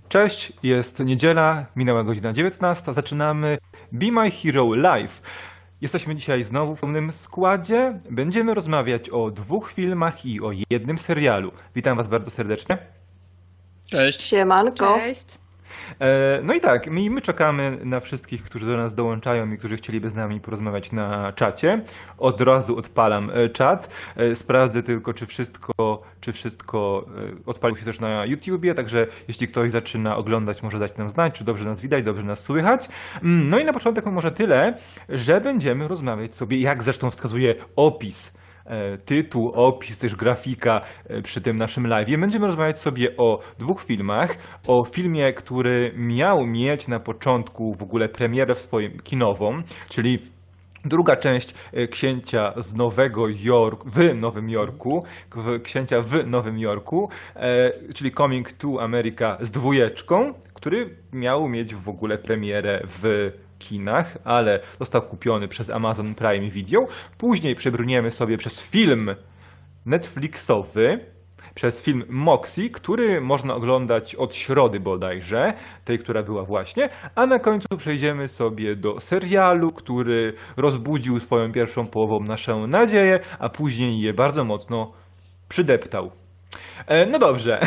Cześć, jest niedziela, minęła godzina 19, zaczynamy Be My Hero Live. Jesteśmy dzisiaj znowu w pełnym składzie. Będziemy rozmawiać o 2 filmach i o 1 serialu. Witam Was bardzo serdecznie. Cześć. Siemanko. Cześć. No i tak, my czekamy na wszystkich, którzy do nas dołączają i którzy chcieliby z nami porozmawiać na czacie. Od razu odpalam czat. Sprawdzę tylko, czy wszystko odpaliło się też na YouTubie, także jeśli ktoś zaczyna oglądać, może dać nam znać, czy dobrze nas widać, dobrze nas słychać. No i na początek może tyle, że będziemy rozmawiać sobie, jak zresztą wskazuje opis, tytuł, opis, też grafika przy tym naszym live'ie. Będziemy rozmawiać sobie o 2 filmach. O filmie, który miał mieć na początku w ogóle premierę kinową, czyli druga część Księcia z Nowego Jorku, w Nowym Jorku, Księcia w Nowym Jorku, czyli Coming to America z 2, który miał mieć w ogóle premierę w kinach, ale został kupiony przez Amazon Prime Video. Później przebrniemy sobie przez film Netflixowy, przez film Moxie, który można oglądać od środy bodajże, tej, która była właśnie, a na końcu przejdziemy sobie do serialu, który rozbudził swoją pierwszą połową naszą nadzieję, a później je bardzo mocno przydeptał. No dobrze.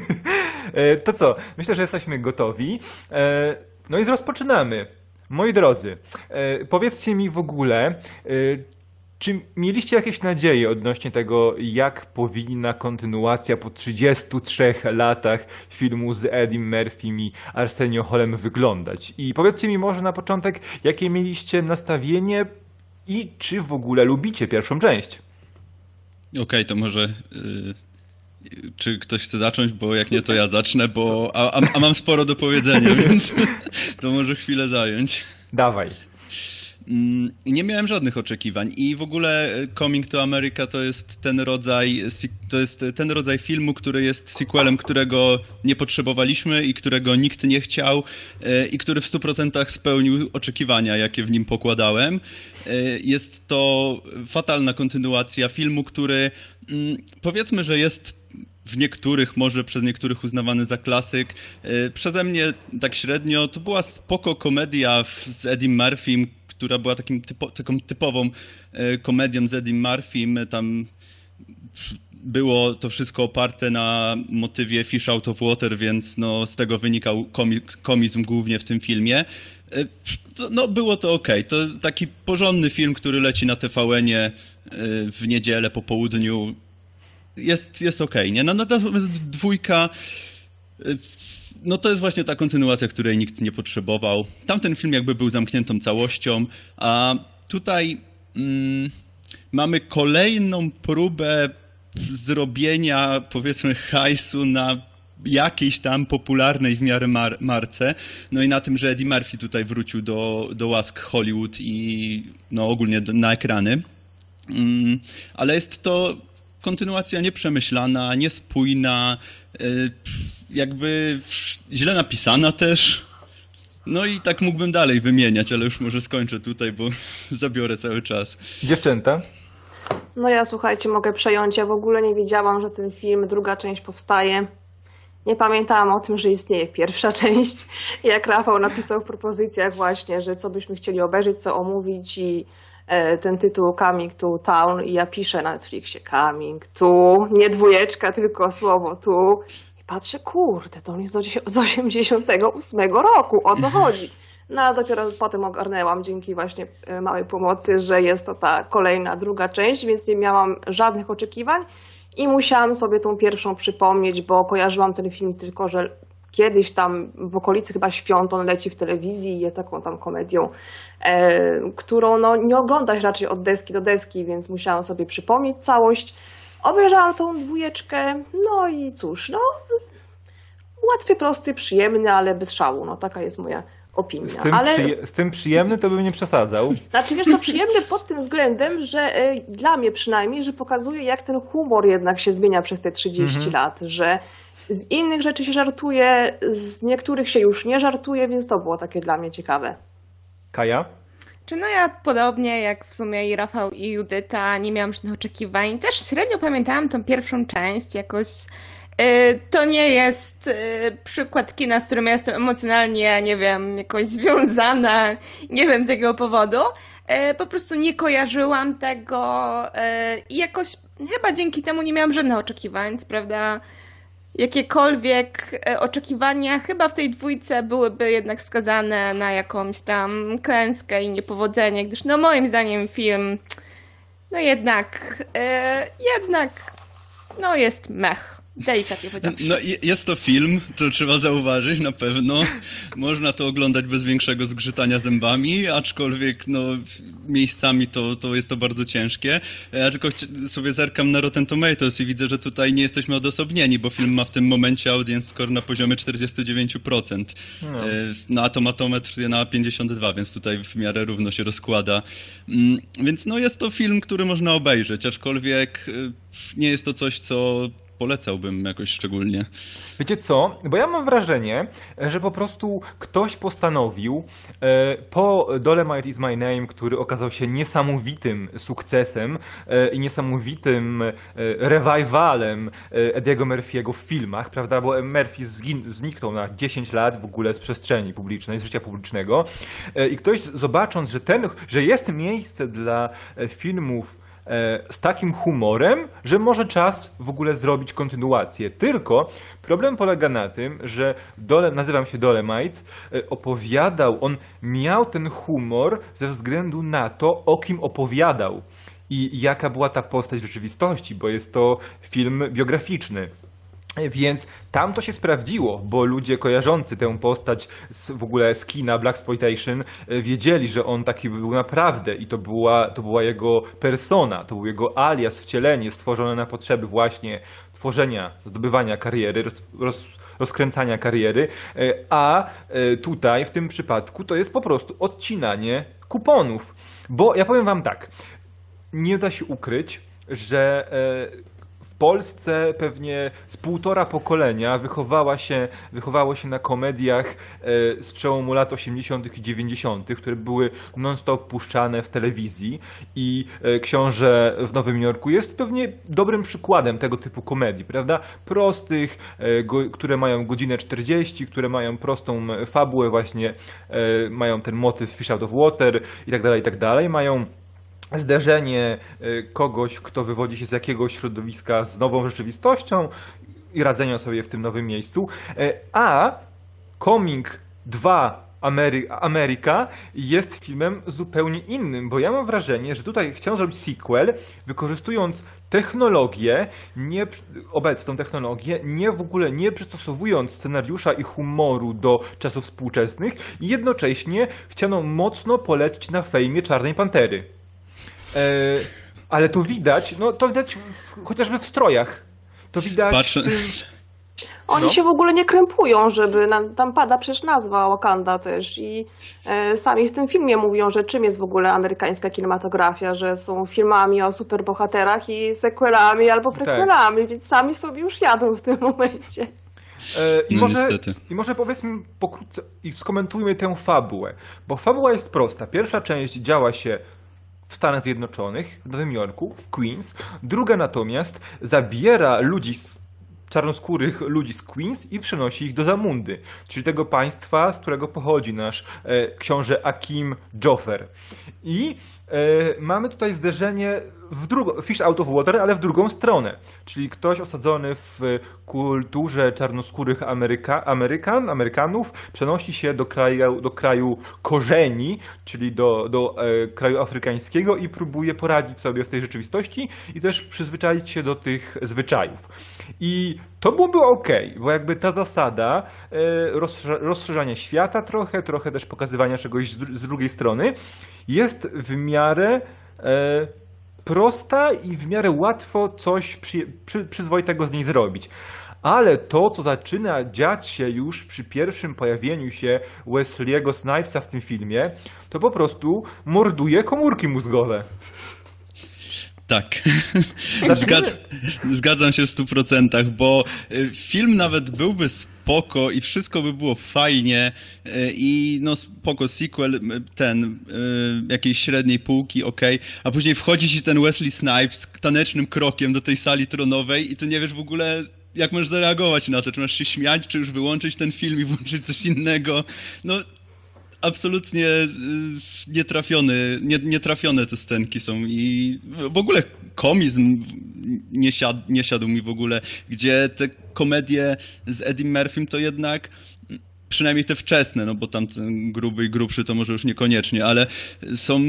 To co? Myślę, że jesteśmy gotowi. No i rozpoczynamy. Moi drodzy, powiedzcie mi w ogóle, czy mieliście jakieś nadzieje odnośnie tego, jak powinna kontynuacja po 33 latach filmu z Eddie Murphym i Arsenio Hallem wyglądać? I powiedzcie mi może na początek, jakie mieliście nastawienie i czy w ogóle lubicie pierwszą część? Okej, to może czy ktoś chce zacząć, bo jak nie, to ja zacznę, a mam sporo do powiedzenia, więc to może chwilę zająć. Dawaj. Nie miałem żadnych oczekiwań i w ogóle Coming to America to jest ten rodzaj filmu, który jest sequelem, którego nie potrzebowaliśmy i którego nikt nie chciał i który w 100% spełnił oczekiwania, jakie w nim pokładałem. Jest to fatalna kontynuacja filmu, który powiedzmy, że jest może przez niektórych uznawany za klasyk. Przeze mnie tak średnio. To była spoko komedia z Eddie Murphym, która była taką typową komedią z Eddie Murphym. Tam było to wszystko oparte na motywie Fish Out of Water, więc no, z tego wynikał komizm głównie w tym filmie. No było to okej. To taki porządny film, który leci na TVN-ie w niedzielę po południu. Jest okej, nie? No natomiast 2, no to jest właśnie ta kontynuacja, której nikt nie potrzebował. Tamten film jakby był zamkniętą całością, a tutaj mamy kolejną próbę zrobienia, powiedzmy, hajsu na jakiejś tam popularnej w miarę marce. No i na tym, że Eddie Murphy tutaj wrócił do łask Hollywood i no ogólnie na ekrany. Ale jest to kontynuacja nieprzemyślana, niespójna, jakby źle napisana też. No i tak mógłbym dalej wymieniać, ale już może skończę tutaj, bo zabiorę cały czas. Dziewczęta? No ja słuchajcie, mogę przejąć. Ja w ogóle nie wiedziałam, że ten film, druga część powstaje. Nie pamiętałam o tym, że istnieje pierwsza część. Jak Rafał napisał w propozycjach właśnie, że co byśmy chcieli obejrzeć, co omówić i ten tytuł Coming to Town i ja piszę na Netflixie Coming to, nie 2, tylko słowo tu i patrzę, kurde, to on jest z 88 roku, o co chodzi? No a dopiero potem ogarnęłam dzięki właśnie małej pomocy, że jest to ta kolejna, druga część, więc nie miałam żadnych oczekiwań i musiałam sobie tą pierwszą przypomnieć, bo kojarzyłam ten film tylko, że kiedyś tam w okolicy chyba świąt on leci w telewizji i jest taką tam komedią, którą no, nie ogląda się raczej od deski do deski, więc musiałam sobie przypomnieć całość. Obejrzałam tą 2, no i cóż, no łatwy, prosty, przyjemny, ale bez szału, no taka jest moja opinia. Z tym przyjemny to bym nie przesadzał. Znaczy wiesz co, przyjemny pod tym względem, że dla mnie przynajmniej, że pokazuje jak ten humor jednak się zmienia przez te 30 lat, że z innych rzeczy się żartuje, z niektórych się już nie żartuje, więc to było takie dla mnie ciekawe. Kaja? Czy no ja podobnie jak w sumie i Rafał i Judyta nie miałam żadnych oczekiwań. Też średnio pamiętałam tą pierwszą część, jakoś To nie jest przykład kina, z którym ja jestem emocjonalnie, nie wiem, jakoś związana, nie wiem z jakiego powodu. Po prostu nie kojarzyłam tego i jakoś chyba dzięki temu nie miałam żadnych oczekiwań, prawda? Jakiekolwiek oczekiwania chyba w tej dwójce byłyby jednak skazane na jakąś tam klęskę i niepowodzenie, gdyż no moim zdaniem film no jednak no jest mech. Delikatnie powiedziawszy. No, jest to film, to trzeba zauważyć, na pewno. Można to oglądać bez większego zgrzytania zębami, aczkolwiek no, miejscami to jest to bardzo ciężkie. Ja tylko sobie zerkam na Rotten Tomatoes i widzę, że tutaj nie jesteśmy odosobnieni, bo film ma w tym momencie audience score na poziomie 49%. No. No a tomatometr na 52%, więc tutaj w miarę równo się rozkłada. Więc no, jest to film, który można obejrzeć, aczkolwiek nie jest to coś, co polecałbym jakoś szczególnie. Wiecie co? Bo ja mam wrażenie, że po prostu ktoś postanowił po Dolemite is my name, który okazał się niesamowitym sukcesem i niesamowitym revivalem Ediego Murphy'ego w filmach, prawda? Bo Murphy zniknął na 10 lat w ogóle z przestrzeni publicznej, z życia publicznego i ktoś zobacząc, że jest miejsce dla filmów z takim humorem, że może czas w ogóle zrobić kontynuację. Tylko problem polega na tym, że nazywam się Dolemite, on miał ten humor ze względu na to, o kim opowiadał i jaka była ta postać w rzeczywistości, bo jest to film biograficzny. Więc tam to się sprawdziło, bo ludzie kojarzący tę postać w ogóle z kina Blaxploitation wiedzieli, że on taki był naprawdę i to była jego persona, to był jego alias, wcielenie stworzone na potrzeby właśnie tworzenia, zdobywania kariery, rozkręcania kariery, a tutaj w tym przypadku to jest po prostu odcinanie kuponów. Bo ja powiem wam tak, nie da się ukryć, że w Polsce pewnie z półtora pokolenia wychowało się na komediach z przełomu lat 80. i 90., które były non-stop puszczane w telewizji i Książę w Nowym Jorku jest pewnie dobrym przykładem tego typu komedii, prawda? Prostych, które mają godzinę 40, które mają prostą fabułę właśnie, mają ten motyw Fish Out of Water i tak dalej, mają zderzenie kogoś, kto wywodzi się z jakiegoś środowiska z nową rzeczywistością i radzenia sobie w tym nowym miejscu, a Coming 2 Ameryka jest filmem zupełnie innym, bo ja mam wrażenie, że tutaj chciano zrobić sequel, wykorzystując technologię, obecną technologię, w ogóle nie przystosowując scenariusza i humoru do czasów współczesnych i jednocześnie chciano mocno polecić na fejmie Czarnej Pantery. Ale to widać, chociażby w strojach. To widać w tym... Oni się w ogóle nie krępują, tam pada przecież nazwa Wakanda też i sami w tym filmie mówią, że czym jest w ogóle amerykańska kinematografia, że są filmami o superbohaterach i sequelami albo prequelami, więc sami sobie już jadą w tym momencie. I może powiedzmy pokrótce i skomentujmy tę fabułę, bo fabuła jest prosta. Pierwsza część działa się w Stanach Zjednoczonych, w Nowym Jorku, w Queens. Druga natomiast zabiera czarnoskórych ludzi z Queens i przenosi ich do Zamundy, czyli tego państwa, z którego pochodzi nasz książę Akeem Joffer. I mamy tutaj zderzenie Fish Out of Water, ale w drugą stronę. Czyli ktoś osadzony w kulturze czarnoskórych Amerykanów przenosi się do kraju korzeni, czyli do kraju afrykańskiego i próbuje poradzić sobie w tej rzeczywistości i też przyzwyczaić się do tych zwyczajów. I to byłoby okej, bo jakby ta zasada rozszerzania świata trochę też pokazywania czegoś z drugiej strony jest w miarę prosta i w miarę łatwo coś przyzwoitego z niej zrobić. Ale to, co zaczyna dziać się już przy pierwszym pojawieniu się Wesley'ego Snipesa w tym filmie, to po prostu morduje komórki mózgowe. Tak, zgadzam się w 100%, bo film nawet byłby spoko i wszystko by było fajnie i no spoko sequel jakiejś średniej półki, okej, a później wchodzi ci ten Wesley Snipes tanecznym krokiem do tej sali tronowej i ty nie wiesz w ogóle jak możesz zareagować na to? Czy masz się śmiać, czy już wyłączyć ten film i włączyć coś innego? No, absolutnie nietrafione te scenki są i w ogóle komizm nie siadł mi w ogóle, gdzie te komedie z Eddie Murphym to jednak, przynajmniej te wczesne, no bo tam ten gruby i grubszy to może już niekoniecznie, ale są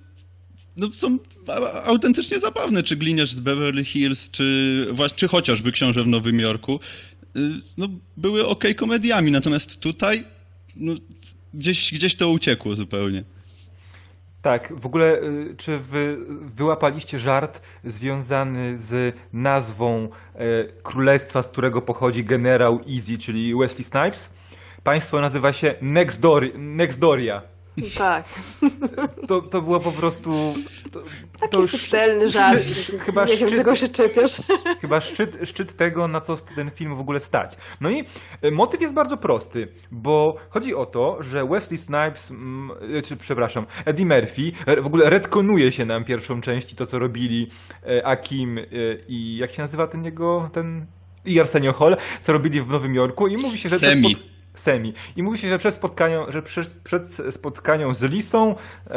autentycznie zabawne, czy Gliniarz z Beverly Hills, czy chociażby Książę w Nowym Jorku, no były okej komediami, natomiast tutaj no, gdzieś to uciekło zupełnie. Tak, w ogóle czy wy wyłapaliście żart związany z nazwą królestwa, z którego pochodzi generał Easy, czyli Wesley Snipes? Państwo nazywa się Nexdoria. Tak. To było po prostu... Taki subtelny żart. Nie wiem, czego się czepiasz. Chyba szczyt tego, na co ten film w ogóle stać. No i motyw jest bardzo prosty, bo chodzi o to, że Wesley Snipes, Eddie Murphy w ogóle retkonuje się nam pierwszą część i to, co robili Akim i jak się nazywa i Arsenio Hall, co robili w Nowym Jorku i mówi się, że Semi. I mówi się, że przed spotkaniem z Lisą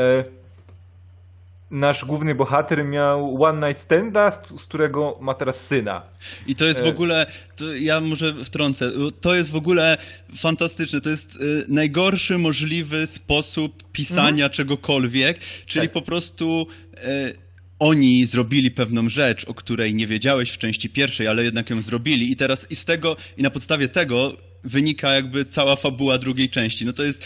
nasz główny bohater miał one night standa, z którego ma teraz syna. I to jest w ogóle, to ja może wtrącę, to jest w ogóle fantastyczne, to jest najgorszy możliwy sposób pisania czegokolwiek, czyli po prostu... Oni zrobili pewną rzecz, o której nie wiedziałeś w części pierwszej, ale jednak ją zrobili i na podstawie tego wynika jakby cała fabuła drugiej części. No to jest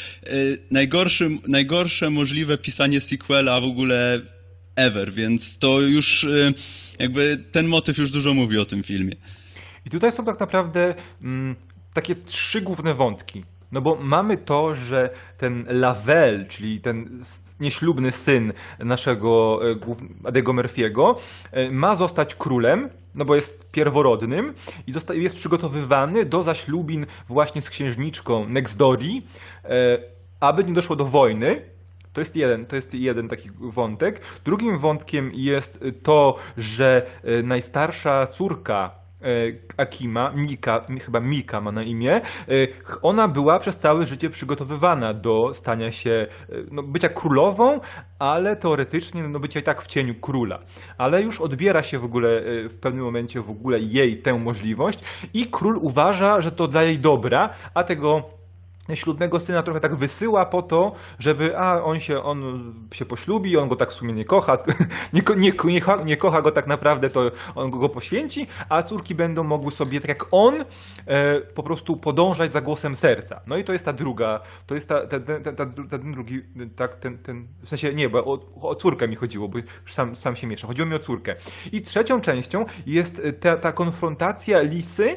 najgorsze możliwe pisanie sequela w ogóle ever, więc to już jakby ten motyw już dużo mówi o tym filmie. I tutaj są tak naprawdę takie 3 główne wątki. No bo mamy to, że ten Lavelle, czyli ten nieślubny syn naszego Eddie'ego Murphy'ego, ma zostać królem, no bo jest pierworodnym i jest przygotowywany do zaślubin właśnie z księżniczką Nexdorii, aby nie doszło do wojny. To jest jeden taki wątek. Drugim wątkiem jest to, że najstarsza córka Akima, chyba Mika ma na imię, ona była przez całe życie przygotowywana do stania się, bycia królową, ale teoretycznie bycia i tak w cieniu króla. Ale już odbiera się w ogóle w pewnym momencie w ogóle jej tę możliwość i król uważa, że to dla jej dobra, a tego ślubnego syna trochę tak wysyła po to, żeby on się poślubi, on go tak w sumie nie kocha, nie kocha go tak naprawdę, to on go poświęci, a córki będą mogły sobie, tak jak on, po prostu podążać za głosem serca. No i to jest ta druga, to jest ten drugi, w sensie nie, bo o córkę mi chodziło, bo sam się miesza. Chodziło mi o córkę. I trzecią częścią jest ta konfrontacja Lisy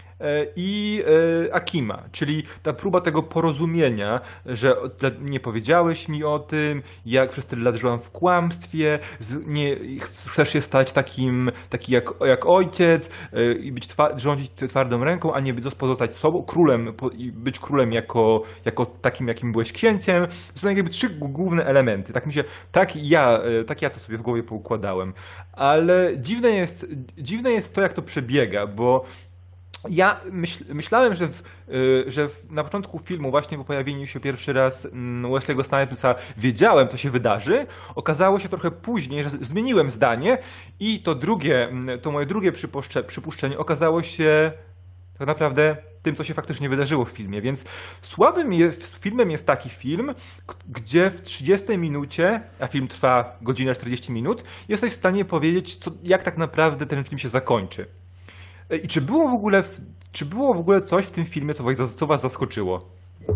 i Akima, czyli ta próba tego porozumienia, że nie powiedziałeś mi o tym, jak przez tyle lat żyłam w kłamstwie, chcesz się stać taki jak ojciec i rządzić twardą ręką, a nie pozostać sobą, królem i być królem jako takim, jakim byłeś księciem. To są jakby 3 główne elementy. Tak ja to sobie w głowie poukładałem. Ale dziwne jest to, jak to przebiega, bo ja myślałem, że na początku filmu, właśnie po pojawieniu się pierwszy raz Wesley'ego Snipesa, wiedziałem, co się wydarzy. Okazało się trochę później, że zmieniłem zdanie i to moje drugie przypuszczenie okazało się tak naprawdę tym, co się faktycznie wydarzyło w filmie. Więc słabym filmem jest taki film, gdzie w 30 minucie, a film trwa godzinę 40 minut, jesteś w stanie powiedzieć, jak tak naprawdę ten film się zakończy. I czy było w ogóle coś w tym filmie, co was zaskoczyło?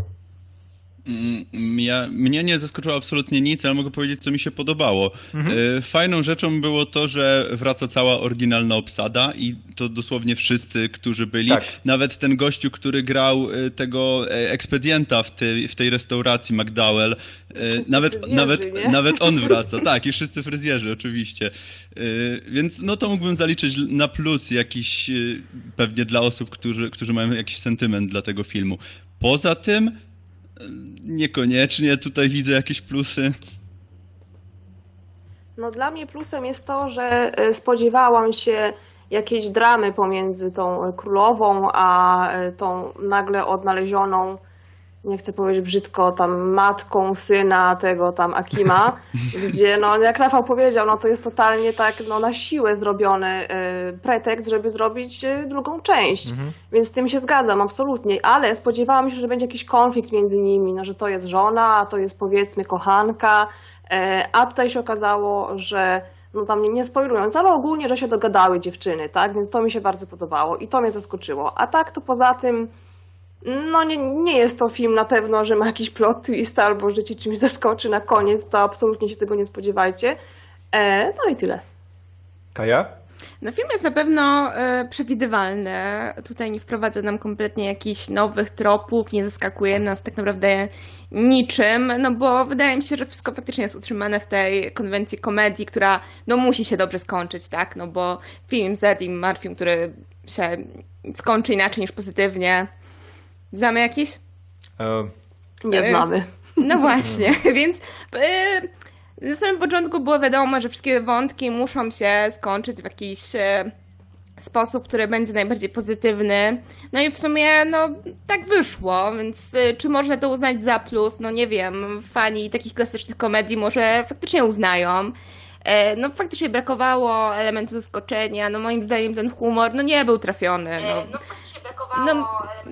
Mnie nie zaskoczyło absolutnie nic, ale mogę powiedzieć, co mi się podobało. Fajną rzeczą było to, że wraca cała oryginalna obsada i to dosłownie wszyscy, którzy byli. Tak. Nawet ten gościu, który grał tego ekspedienta w tej restauracji McDowell, nawet on wraca. Tak, i wszyscy fryzjerzy oczywiście. Więc to mógłbym zaliczyć na plus jakiś, pewnie dla osób, którzy mają jakiś sentyment dla tego filmu. Poza tym niekoniecznie tutaj widzę jakieś plusy. No dla mnie plusem jest to, że spodziewałam się jakiejś dramy pomiędzy tą królową, a tą nagle odnalezioną, nie chcę powiedzieć brzydko, tam matką syna tego tam Akima, gdzie no jak Rafał powiedział, no to jest totalnie tak no na siłę zrobiony pretekst, żeby zrobić drugą część. Więc z tym się zgadzam, absolutnie, ale spodziewałam się, że będzie jakiś konflikt między nimi, no że to jest żona, a to jest powiedzmy kochanka, a tutaj się okazało, że no tam nie spoilując, ale ogólnie, że się dogadały dziewczyny, tak, więc to mi się bardzo podobało i to mnie zaskoczyło, a tak to poza tym no nie jest to film na pewno, że ma jakiś plot twist albo że cię czymś zaskoczy na koniec, to absolutnie się tego nie spodziewajcie. No i tyle. Kaja? No film jest na pewno przewidywalny. Tutaj nie wprowadza nam kompletnie jakichś nowych tropów, nie zaskakuje nas tak naprawdę niczym, no bo wydaje mi się, że wszystko faktycznie jest utrzymane w tej konwencji komedii, która no musi się dobrze skończyć, tak? No bo film z Eddie Murphym, który się skończy inaczej niż pozytywnie. Znamy jakiś? Nie znamy. No właśnie, więc na samym początku było wiadomo, że wszystkie wątki muszą się skończyć w jakiś sposób, który będzie najbardziej pozytywny. No i w sumie, no, tak wyszło, więc czy można to uznać za plus? No nie wiem, fani takich klasycznych komedii może faktycznie uznają. No faktycznie brakowało elementu zaskoczenia, no moim zdaniem ten humor, no nie był trafiony. No faktycznie brakowało... No,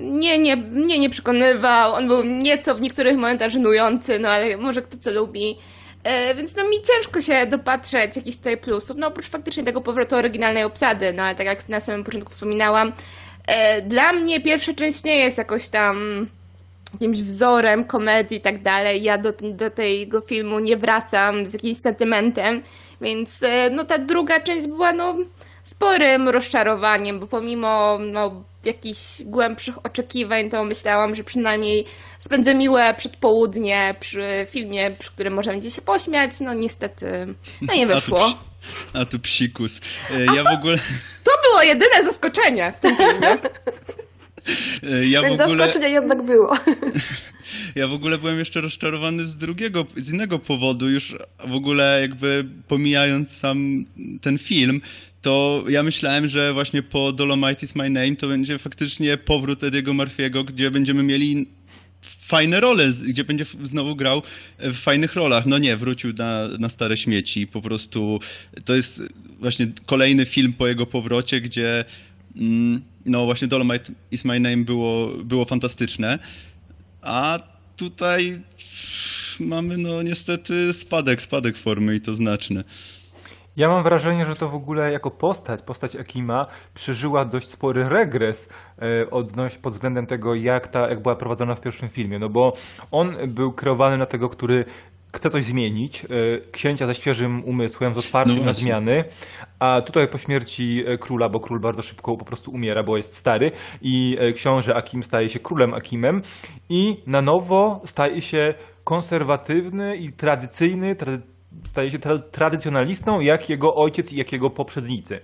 nie przekonywał, on był nieco w niektórych momentach żenujący, no ale może kto co lubi. Więc no mi ciężko się dopatrzeć jakichś tutaj plusów, no oprócz faktycznie tego powrotu oryginalnej obsady, no ale tak jak na samym początku wspominałam, dla mnie pierwsza część nie jest jakoś tam jakimś wzorem komedii i tak dalej, ja do tego filmu nie wracam z jakimś sentymentem, więc no ta druga część była no sporym rozczarowaniem, bo pomimo no jakichś głębszych oczekiwań, to myślałam, że przynajmniej spędzę miłe przedpołudnie przy filmie, przy którym można będzie się pośmiać. No niestety, no nie wyszło. A tu psikus. Ja w ogóle... To było jedyne zaskoczenie w tym filmie. Zaskoczenie jednak było. Ja w ogóle byłem jeszcze rozczarowany z innego powodu, już w ogóle jakby pomijając sam ten film, to ja myślałem, że właśnie po Dolomite is my name to będzie faktycznie powrót Ediego Murphy'ego, gdzie będziemy mieli fajne role, gdzie będzie znowu grał w fajnych rolach. No nie, wrócił na stare śmieci. Po prostu to jest właśnie kolejny film po jego powrocie, gdzie no właśnie Dolomite is my name było fantastyczne. A tutaj mamy no niestety spadek formy i to znaczny. Ja mam wrażenie, że to w ogóle jako postać Akima przeżyła dość spory regres pod względem tego, jak była prowadzona w pierwszym filmie. No bo on był kreowany na tego, który chce coś zmienić, księcia ze świeżym umysłem, z otwarciem na zmiany, a tutaj po śmierci króla, bo król bardzo szybko po prostu umiera, bo jest stary i książę Akim staje się królem Akimem i na nowo staje się konserwatywny i tradycyjny, staje się tradycjonalistą jak jego ojciec i jak jego poprzednicy.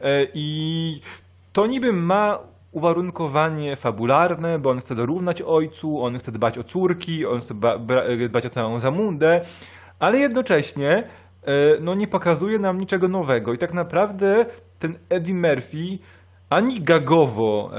I to niby ma uwarunkowanie fabularne, bo on chce dorównać ojcu, on chce dbać o córki, on chce dbać o całą Zamundę, ale jednocześnie no, nie pokazuje nam niczego nowego. I tak naprawdę ten Eddie Murphy ani gagowo,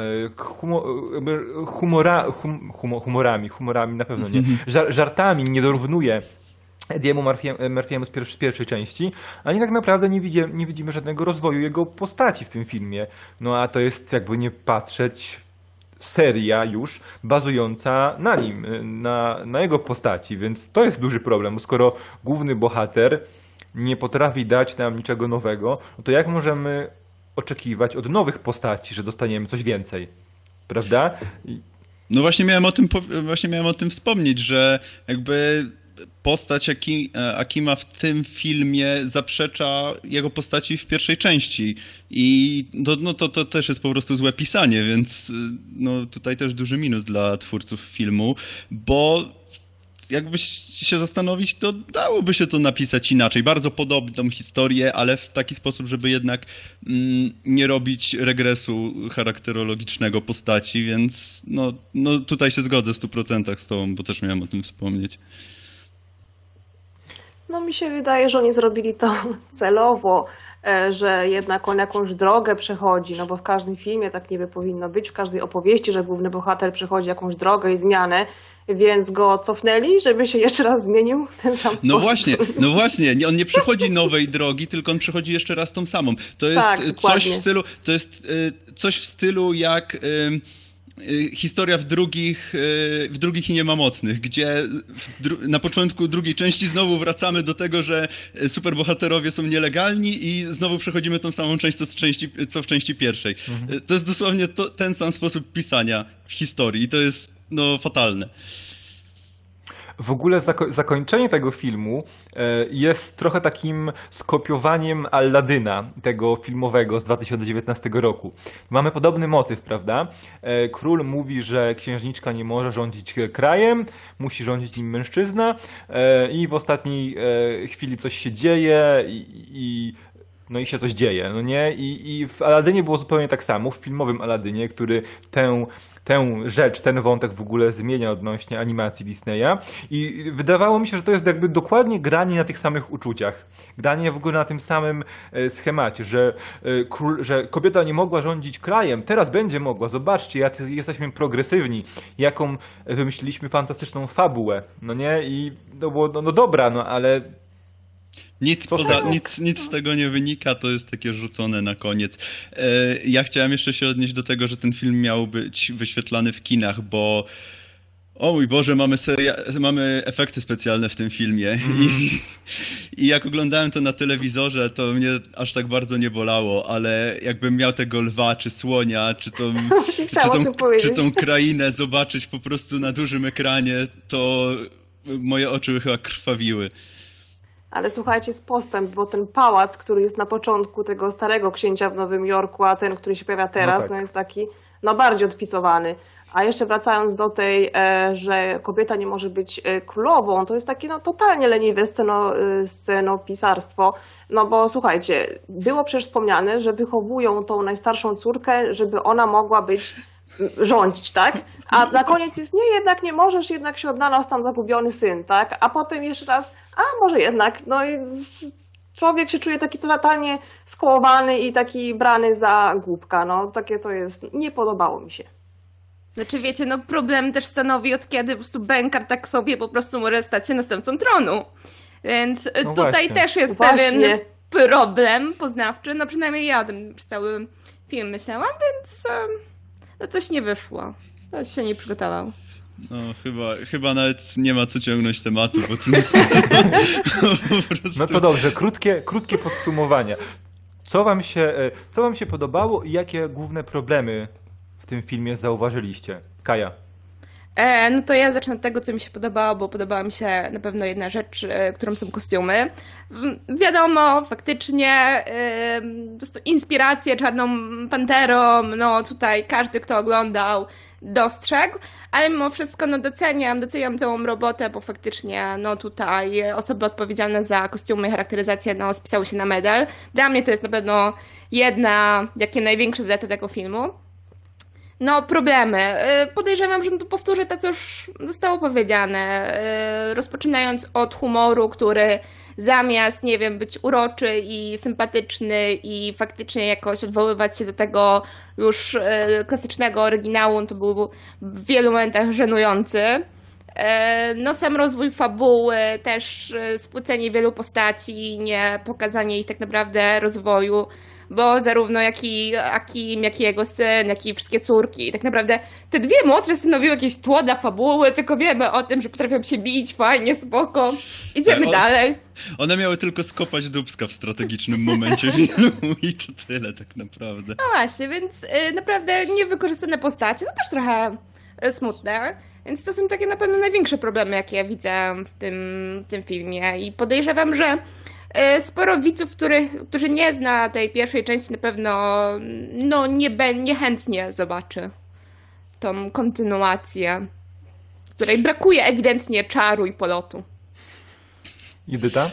humorami na pewno nie, żartami nie dorównuje Ediemu Murphy'emu z pierwszej części, ani tak naprawdę nie widzimy żadnego rozwoju jego postaci w tym filmie. No a to jest, jakby nie patrzeć, seria już bazująca na nim, na jego postaci, więc to jest duży problem. Skoro główny bohater nie potrafi dać nam niczego nowego, no to jak możemy oczekiwać od nowych postaci, że dostaniemy coś więcej? Prawda? No właśnie miałem o tym wspomnieć, że jakby postać Akima w tym filmie zaprzecza jego postaci w pierwszej części i to też jest po prostu złe pisanie, więc no tutaj też duży minus dla twórców filmu, bo jakby się zastanowić, to dałoby się to napisać inaczej, bardzo podobną historię, ale w taki sposób, żeby jednak nie robić regresu charakterologicznego postaci, więc no tutaj się zgodzę w 100% z tobą, bo też miałem o tym wspomnieć. No mi się wydaje, że oni zrobili to celowo, że jednak on jakąś drogę przechodzi, no bo w każdym filmie tak niby powinno być, w każdej opowieści, że główny bohater przechodzi jakąś drogę i zmianę, więc go cofnęli, żeby się jeszcze raz zmienił w ten sam No sposób. właśnie, on nie przechodzi nowej drogi, tylko on przechodzi jeszcze raz tą samą. To jest Tak, coś dokładnie. w stylu, to jest coś w stylu jak historia w drugich i nie ma mocnych, gdzie na początku drugiej części znowu wracamy do tego, że superbohaterowie są nielegalni i znowu przechodzimy tą samą część, co w części pierwszej. To jest dosłownie ten sam sposób pisania historii i to jest fatalne. W ogóle zakończenie tego filmu jest trochę takim skopiowaniem Alladyna, tego filmowego z 2019 roku. Mamy podobny motyw, prawda? Król mówi, że księżniczka nie może rządzić krajem, musi rządzić nim mężczyzna i w ostatniej chwili coś się dzieje no i się coś dzieje, no nie? I w Aladynie było zupełnie tak samo, w filmowym Aladynie, który tę rzecz, ten wątek w ogóle zmienia odnośnie animacji Disneya i wydawało mi się, że to jest jakby dokładnie granie na tych samych uczuciach. Granie w ogóle na tym samym schemacie, że kobieta nie mogła rządzić krajem, teraz będzie mogła. Zobaczcie, jacy jesteśmy progresywni, jaką wymyśliliśmy fantastyczną fabułę, no nie? I to było, no dobra, no ale Nic z tego nie wynika, to jest takie rzucone na koniec. Ja chciałem jeszcze się odnieść do tego, że ten film miał być wyświetlany w kinach, bo o mój Boże, mamy efekty specjalne w tym filmie. I jak oglądałem to na telewizorze, to mnie aż tak bardzo nie bolało, ale jakbym miał tego lwa, czy słonia, Właśnie chciałam o tym czy powiedzieć. tą krainę zobaczyć po prostu na dużym ekranie, to moje oczy by chyba krwawiły. Ale słuchajcie, jest postęp, bo ten pałac, który jest na początku tego starego księcia w Nowym Jorku, a ten, który się pojawia teraz, tak. jest taki bardziej odpicowany. A jeszcze wracając do tej, że kobieta nie może być królową, to jest takie totalnie leniwe scenopisarstwo. No bo słuchajcie, było przecież wspomniane, że wychowują tą najstarszą córkę, żeby ona mogła rządzić, tak? A na koniec jest, jednak nie możesz, jednak się odnalazł tam zagubiony syn, tak? A potem jeszcze raz, może jednak, no i człowiek się czuje taki totalnie skołowany i taki brany za głupka, no takie to jest, nie podobało mi się. Znaczy wiecie, problem też stanowi od kiedy po prostu Benkar tak sobie po prostu może stać się następcą tronu. Więc tutaj właśnie. też jest pewien problem poznawczy, przynajmniej ja o tym przez cały film myślałam, więc coś nie wyszło. Ktoś się nie przygotował. No chyba nawet nie ma co ciągnąć tematu, bo to po prostu... No to dobrze, krótkie podsumowania. Co wam się podobało i jakie główne problemy w tym filmie zauważyliście? Kaja. No to ja zacznę od tego, co mi się podobało, bo podobała mi się na pewno jedna rzecz, którą są kostiumy. Wiadomo, faktycznie po prostu inspiracje Czarną Panterą, tutaj każdy, kto oglądał, dostrzegł, ale mimo wszystko doceniam całą robotę, bo faktycznie tutaj osoby odpowiedzialne za kostiumy i charakteryzację spisały się na medal. Dla mnie to jest na pewno jedna, największa zaleta tego filmu. Problemy. Podejrzewam, że powtórzę to, co już zostało powiedziane. Rozpoczynając od humoru, który zamiast, być uroczy i sympatyczny i faktycznie jakoś odwoływać się do tego już klasycznego oryginału, to był w wielu momentach żenujący. Sam rozwój fabuły, też spłycenie wielu postaci, nie pokazanie ich tak naprawdę rozwoju, bo zarówno jak i jego syn, jak i wszystkie córki, tak naprawdę te dwie młodsze stanowiły jakieś tło dla fabuły, tylko wiemy o tym, że potrafią się bić, fajnie, spoko, idziemy dalej. One miały tylko skopać dupska w strategicznym momencie filmu i to tyle tak naprawdę. No właśnie, więc naprawdę niewykorzystane postacie, to też trochę smutne. Więc to są takie na pewno największe problemy, jakie ja widzę w tym filmie. I podejrzewam, że sporo widzów, którzy nie zna tej pierwszej części, na pewno niechętnie zobaczy tą kontynuację, której brakuje ewidentnie czaru i polotu. Judyta?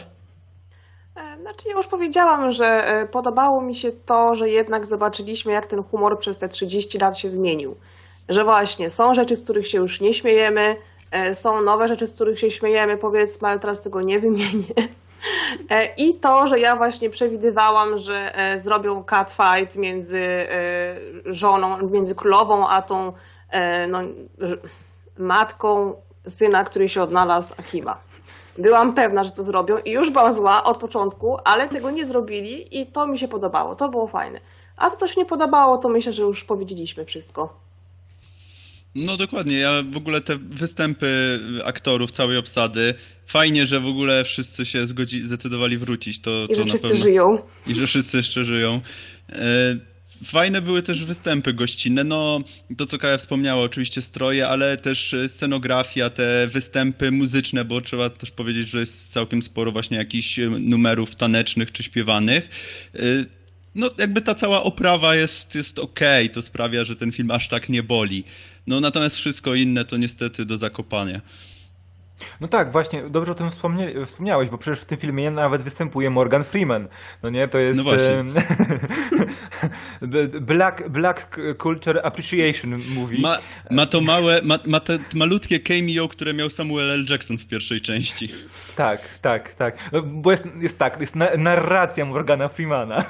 Ja już powiedziałam, że podobało mi się to, że jednak zobaczyliśmy, jak ten humor przez te 30 lat się zmienił. Że właśnie są rzeczy, z których się już nie śmiejemy, są nowe rzeczy, z których się śmiejemy, powiedzmy, ale teraz tego nie wymienię. I to, że ja właśnie przewidywałam, że zrobią catfight między żoną, między królową, a tą no, matką syna, który się odnalazł, Akima. Byłam pewna, że to zrobią i już byłam zła od początku, ale tego nie zrobili i to mi się podobało, to było fajne. A to, co się nie podobało, to myślę, że już powiedzieliśmy wszystko. No dokładnie, ja w ogóle te występy aktorów, całej obsady, fajnie, że w ogóle wszyscy się zdecydowali wrócić, to I że na wszyscy pewno... żyją. I że wszyscy jeszcze żyją. Fajne były też występy gościnne, no to co Kaja wspomniała, oczywiście stroje, ale też scenografia, te występy muzyczne, bo trzeba też powiedzieć, że jest całkiem sporo właśnie jakichś numerów tanecznych czy śpiewanych. No jakby ta cała oprawa jest okej, to sprawia, że ten film aż tak nie boli. No natomiast wszystko inne to niestety do zakopania. No tak, właśnie, dobrze o tym wspomniałeś, bo przecież w tym filmie nawet występuje Morgan Freeman. No nie, to jest No właśnie. Black Culture Appreciation Movie. Ma te malutkie cameo, które miał Samuel L. Jackson w pierwszej części. Tak. No, bo jest narracja Morgana Freemana.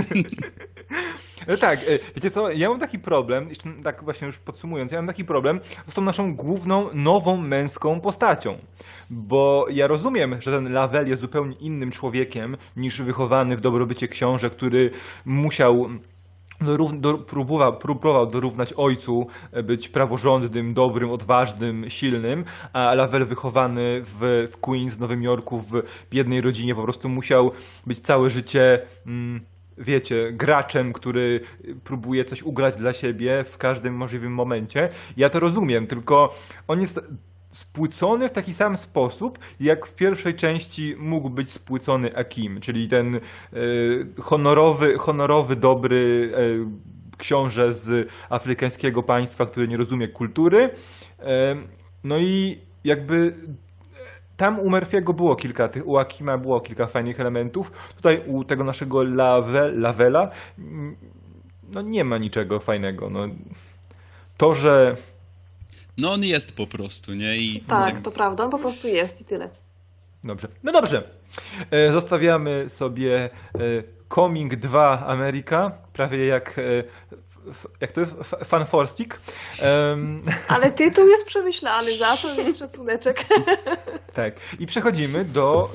No tak, wiecie co, ja mam taki problem, jeszcze tak właśnie już podsumując, ja mam taki problem z tą naszą główną, nową, męską postacią. Bo ja rozumiem, że ten Lavelle jest zupełnie innym człowiekiem niż wychowany w dobrobycie książę, który musiał próbował dorównać ojcu, być praworządnym, dobrym, odważnym, silnym, a Lavelle wychowany w Queens, w Nowym Jorku, w biednej rodzinie po prostu musiał być całe życie... wiecie, graczem, który próbuje coś ugrać dla siebie w każdym możliwym momencie. Ja to rozumiem, tylko on jest spłycony w taki sam sposób, jak w pierwszej części mógł być spłycony Akim, czyli ten honorowy, dobry książę z afrykańskiego państwa, który nie rozumie kultury. No i jakby... Tam u Murphy'ego było kilka u Akima było kilka fajnych elementów. Tutaj u tego naszego Lavella no nie ma niczego fajnego. No, to, że... No on jest po prostu, nie? Tak, to prawda, on po prostu jest i tyle. Dobrze. No dobrze. Zostawiamy sobie Coming 2 America, prawie jak to jest? Fanforstic. Ale tytuł jest przemyślany, za to jest szacuneczek. Tak. I przechodzimy do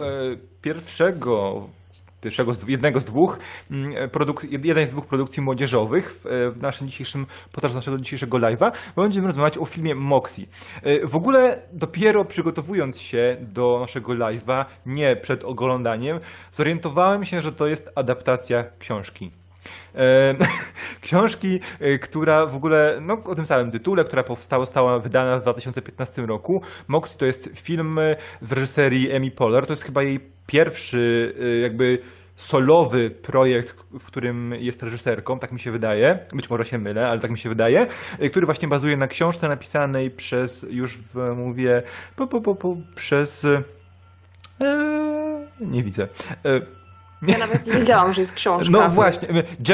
jednej z dwóch produkcji młodzieżowych w naszym dzisiejszym, podczas naszego dzisiejszego live'a, bo będziemy rozmawiać o filmie Moxie. W ogóle dopiero przygotowując się do naszego live'a, nie przed oglądaniem, zorientowałem się, że to jest adaptacja książki. Książki, która w ogóle, no o tym samym tytule, która została wydana w 2015 roku. Moxie to jest film w reżyserii Amy Poehler. To jest chyba jej pierwszy jakby solowy projekt, w którym jest reżyserką, tak mi się wydaje. Być może się mylę, ale tak mi się wydaje. Który właśnie bazuje na książce napisanej przez, już mówię, przez... nie widzę. Ja nawet nie wiedziałam, że jest książka. No właśnie,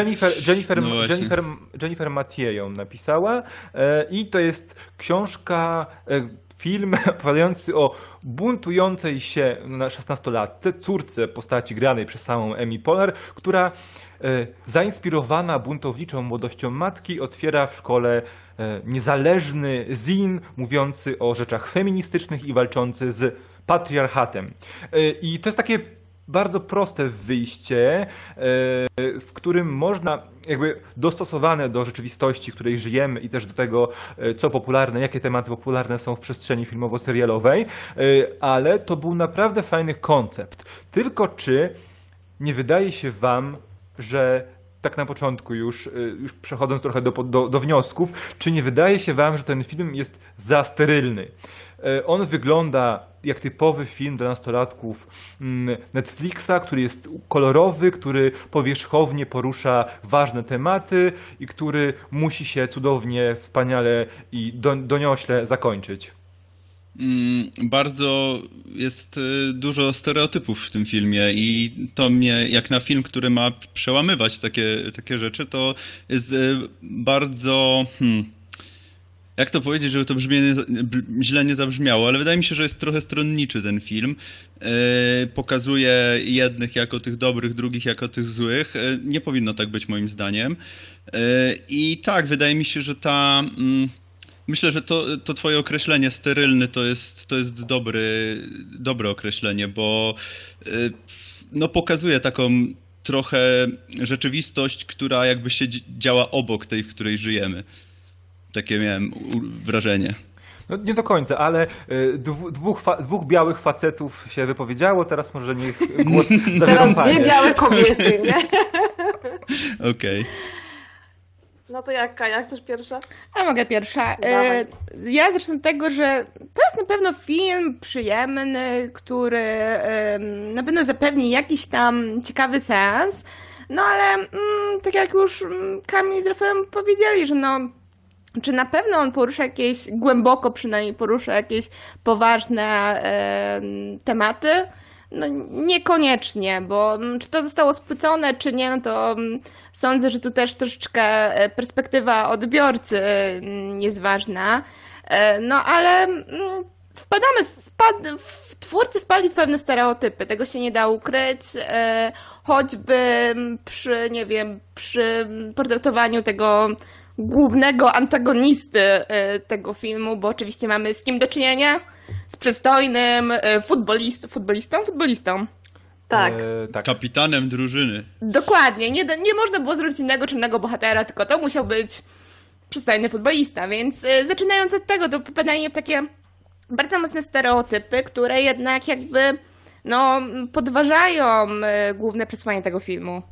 Jennifer Mathieu ją napisała i to jest książka, film opowiadający o buntującej się na 16-latce, córce postaci granej przez samą Amy Poehler, która zainspirowana buntowniczą młodością matki otwiera w szkole niezależny zin mówiący o rzeczach feministycznych i walczący z patriarchatem. I to jest takie bardzo proste wyjście, w którym można jakby dostosowane do rzeczywistości, w której żyjemy i też do tego, co popularne, jakie tematy popularne są w przestrzeni filmowo-serialowej, ale to był naprawdę fajny koncept. Tylko czy nie wydaje się wam, że tak na początku już przechodząc trochę do wniosków, czy nie wydaje się wam, że ten film jest za sterylny? On wygląda jak typowy film dla nastolatków Netflixa, który jest kolorowy, który powierzchownie porusza ważne tematy i który musi się cudownie, wspaniale i doniośle zakończyć. Bardzo jest dużo stereotypów w tym filmie i to mnie, jak na film, który ma przełamywać takie rzeczy, to jest bardzo... jak to powiedzieć, żeby to źle nie zabrzmiało, ale wydaje mi się, że jest trochę stronniczy ten film. Pokazuje jednych jako tych dobrych, drugich jako tych złych. Nie powinno tak być moim zdaniem. I tak, wydaje mi się, że myślę, że to twoje określenie sterylny to jest dobre określenie, bo no, pokazuje taką trochę rzeczywistość, która jakby się działa obok tej, w której żyjemy. Takie miałem wrażenie. No, nie do końca, ale dwóch białych facetów się wypowiedziało, teraz może niech głos zabiorą Teraz panie. dwie białe kobiety, nie? Okej. No to jak Kaja, chcesz pierwsza? Ja mogę pierwsza. Dawaj. Ja zacznę od tego, że to jest na pewno film przyjemny, który na pewno zapewni jakiś tam ciekawy sens. No ale tak jak już Kamil z Rafałem powiedzieli, że no czy na pewno on porusza głęboko przynajmniej porusza jakieś poważne tematy? No niekoniecznie, bo czy to zostało spłycone, czy nie, no to sądzę, że tu też troszeczkę perspektywa odbiorcy jest ważna. No ale twórcy wpadli w pewne stereotypy, tego się nie da ukryć, choćby przy portretowaniu tego głównego antagonisty tego filmu, bo oczywiście mamy z kim do czynienia? Z przystojnym futbolistą. Tak. Tak. Kapitanem drużyny. Dokładnie, nie można było zrobić innego czynnego bohatera, tylko to musiał być przystojny futbolista, więc zaczynając od tego, to popadanie w takie bardzo mocne stereotypy, które jednak jakby no, podważają główne przesłanie tego filmu.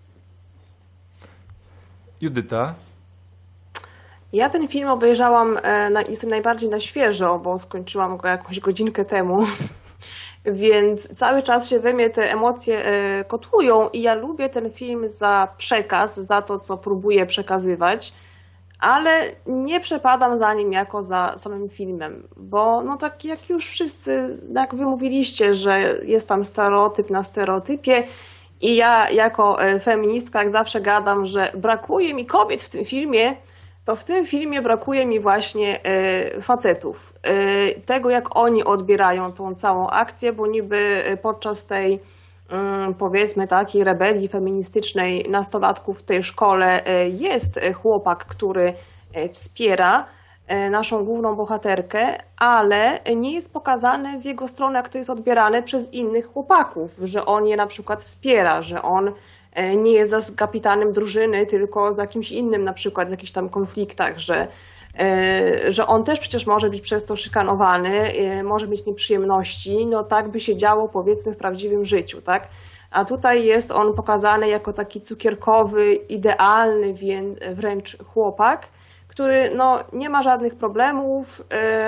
Judyta? Ja ten film obejrzałam, jestem najbardziej na świeżo, bo skończyłam go jakąś godzinkę temu, więc cały czas się we mnie te emocje kotłują i ja lubię ten film za przekaz, za to, co próbuje przekazywać, ale nie przepadam za nim jako za samym filmem, bo no tak jak już wszyscy, jak wy mówiliście, że jest tam stereotyp na stereotypie i ja jako feministka jak zawsze gadam, że brakuje mi kobiet w tym filmie, to w tym filmie brakuje mi właśnie facetów. Tego, jak oni odbierają tą całą akcję, bo niby podczas tej, powiedzmy, takiej rebelii feministycznej nastolatków w tej szkole jest chłopak, który wspiera naszą główną bohaterkę, ale nie jest pokazane z jego strony, jak to jest odbierane przez innych chłopaków, że on je na przykład wspiera, że on nie jest za kapitanem drużyny, tylko za kimś innym, na przykład w jakichś tam konfliktach, że on też przecież może być przez to szykanowany, może mieć nieprzyjemności, no tak by się działo powiedzmy w prawdziwym życiu, tak? A tutaj jest on pokazany jako taki cukierkowy, idealny wręcz chłopak, który no, nie ma żadnych problemów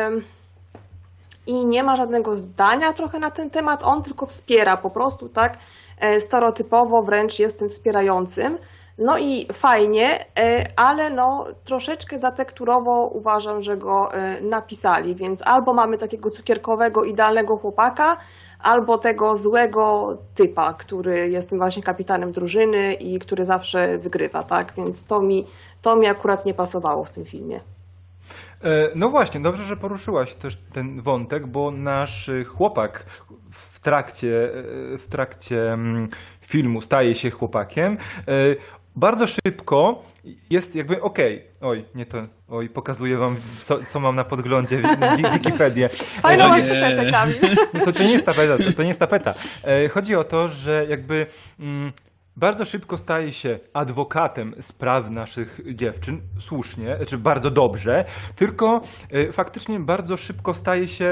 i nie ma żadnego zdania trochę na ten temat, on tylko wspiera po prostu, tak? Stereotypowo wręcz jest tym wspierającym. No i fajnie, ale no troszeczkę zatekturowo uważam, że go napisali, więc albo mamy takiego cukierkowego, idealnego chłopaka, albo tego złego typa, który jest tym właśnie kapitanem drużyny i który zawsze wygrywa, tak? Więc to mi akurat nie pasowało w tym filmie. No właśnie, dobrze, że poruszyłaś też ten wątek, bo nasz chłopak w trakcie filmu staje się chłopakiem. Bardzo szybko jest jakby pokazuję wam, co mam na podglądzie w Wikipedię. Fajną masz tapetę, Kamil. To nie jest tapeta, to nie jest tapeta. Chodzi o to, że jakby bardzo szybko staje się adwokatem spraw naszych dziewczyn, słusznie, czy bardzo dobrze, tylko faktycznie bardzo szybko staje się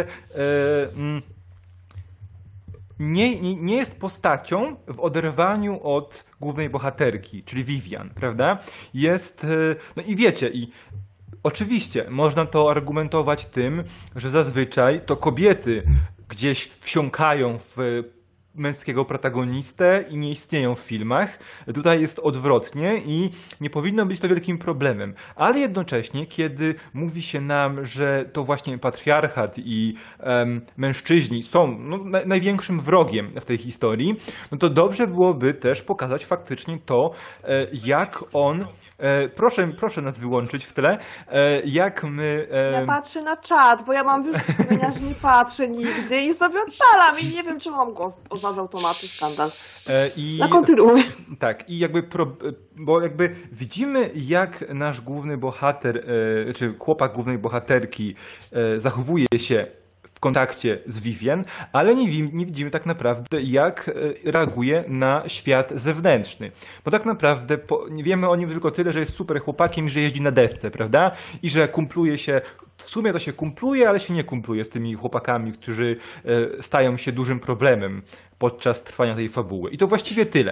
nie jest postacią w oderwaniu od głównej bohaterki, czyli Vivian, prawda? Jest, no i wiecie, i oczywiście można to argumentować tym, że zazwyczaj to kobiety gdzieś wsiąkają w męskiego protagonistę i nie istnieją w filmach. Tutaj jest odwrotnie i nie powinno być to wielkim problemem. Ale jednocześnie, kiedy mówi się nam, że to właśnie patriarchat i mężczyźni są największym wrogiem w tej historii, no to dobrze byłoby też pokazać faktycznie to, jak on... Proszę nas wyłączyć w tle. Jak my... Ja patrzę na czat, bo ja mam już wspomnienia, że nie patrzę nigdy i sobie odpalam i nie wiem, czy mam głos od was z automatu, skandal. No kontynuuj. Tak, i bo jakby widzimy, jak nasz główny bohater, czy chłopak głównej bohaterki zachowuje się w kontakcie z Vivian, ale nie widzimy tak naprawdę, jak reaguje na świat zewnętrzny. Bo tak naprawdę wiemy o nim tylko tyle, że jest super chłopakiem i że jeździ na desce, prawda? I że kumpluje się, w sumie to się kumpluje, ale się nie kumpluje z tymi chłopakami, którzy stają się dużym problemem podczas trwania tej fabuły. I to właściwie tyle.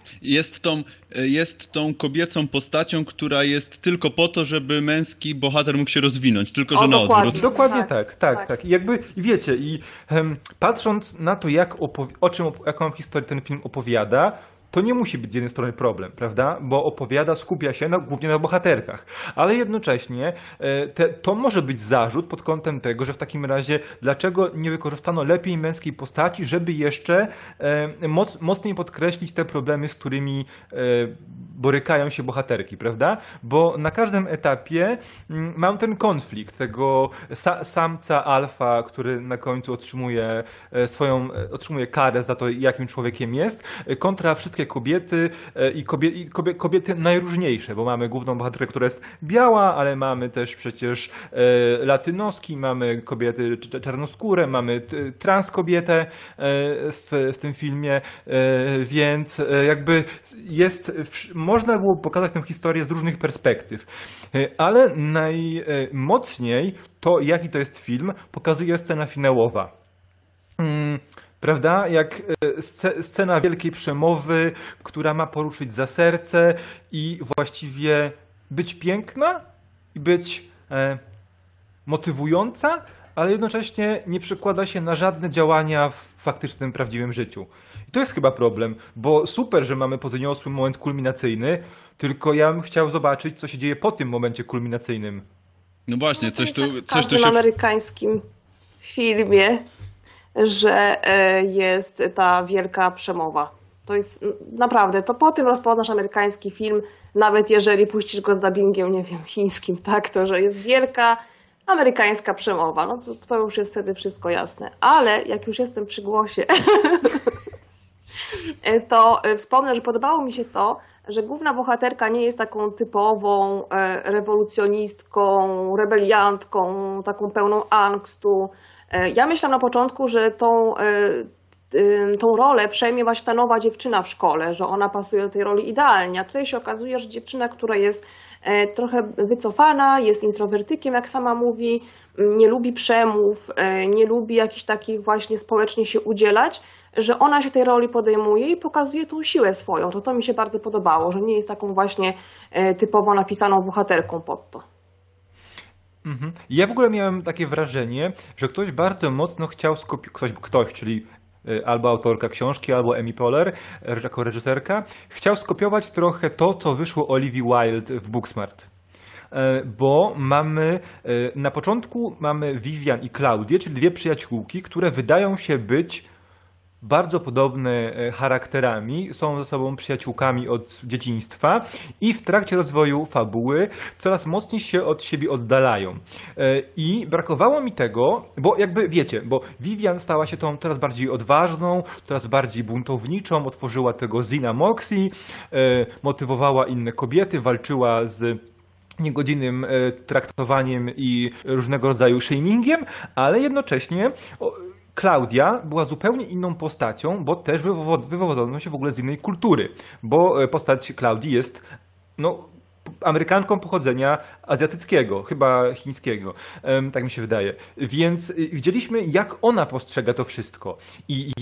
Jest tą kobiecą postacią, która jest tylko po to, żeby męski bohater mógł się rozwinąć, tylko że na odwrót. Dokładnie tak. I jakby, wiecie, patrząc na to, jaką historię ten film opowiada, to nie musi być z jednej strony problem, prawda? Bo skupia się głównie na bohaterkach. Ale jednocześnie to może być zarzut pod kątem tego, że w takim razie dlaczego nie wykorzystano lepiej męskiej postaci, żeby jeszcze mocniej podkreślić te problemy, z którymi borykają się bohaterki, prawda? Bo na każdym etapie mam ten konflikt tego samca alfa, który na końcu otrzymuje karę za to, jakim człowiekiem jest, kontra wszystkie kobiety i kobiety najróżniejsze, bo mamy główną bohaterkę, która jest biała, ale mamy też przecież latynoski, mamy kobiety czarnoskóre, mamy trans kobietę w tym filmie, więc jakby można było pokazać tę historię z różnych perspektyw, ale najmocniej to, jaki to jest film, pokazuje scena finałowa. Prawda? Jak scena wielkiej przemowy, która ma poruszyć za serce i właściwie być piękna i być motywująca, ale jednocześnie nie przekłada się na żadne działania w faktycznym, prawdziwym życiu. I to jest chyba problem, bo super, że mamy podniosły moment kulminacyjny, tylko ja bym chciał zobaczyć, co się dzieje po tym momencie kulminacyjnym. No właśnie, coś tu w każdym amerykańskim filmie, że jest ta wielka przemowa. To jest naprawdę, to po tym rozpoznasz amerykański film, nawet jeżeli puścisz go z dubbingiem, nie wiem, chińskim, tak, to, że jest wielka amerykańska przemowa, no to już jest wtedy wszystko jasne. Ale jak już jestem przy głosie, to wspomnę, że podobało mi się to, że główna bohaterka nie jest taką typową rewolucjonistką, rebeliantką, taką pełną angstu. Ja myślałam na początku, że tą rolę przejmie właśnie ta nowa dziewczyna w szkole, że ona pasuje do tej roli idealnie, a tutaj się okazuje, że dziewczyna, która jest trochę wycofana, jest introwertykiem, jak sama mówi, nie lubi przemów, nie lubi jakichś takich właśnie społecznie się udzielać, że ona się tej roli podejmuje i pokazuje tą siłę swoją. To mi się bardzo podobało, że nie jest taką właśnie typowo napisaną bohaterką pod to. Ja w ogóle miałem takie wrażenie, że ktoś bardzo mocno chciał ktoś, czyli albo autorka książki, albo Amy Poehler jako reżyserka, chciał skopiować trochę to, co wyszło Olivia Wilde w Booksmart. Bo na początku mamy Vivian i Claudię, czyli dwie przyjaciółki, które wydają się być bardzo podobne charakterami, są ze sobą przyjaciółkami od dzieciństwa i w trakcie rozwoju fabuły coraz mocniej się od siebie oddalają. I brakowało mi tego, bo jakby wiecie, bo Vivian stała się tą coraz bardziej odważną, coraz bardziej buntowniczą, otworzyła tego Zina Moxie, motywowała inne kobiety, walczyła z niegodzinnym traktowaniem i różnego rodzaju shamingiem, ale jednocześnie Klaudia była zupełnie inną postacią, bo też wywodzono się w ogóle z innej kultury, bo postać Klaudii jest Amerykanką pochodzenia azjatyckiego, chyba chińskiego, tak mi się wydaje. Więc widzieliśmy, jak ona postrzega to wszystko i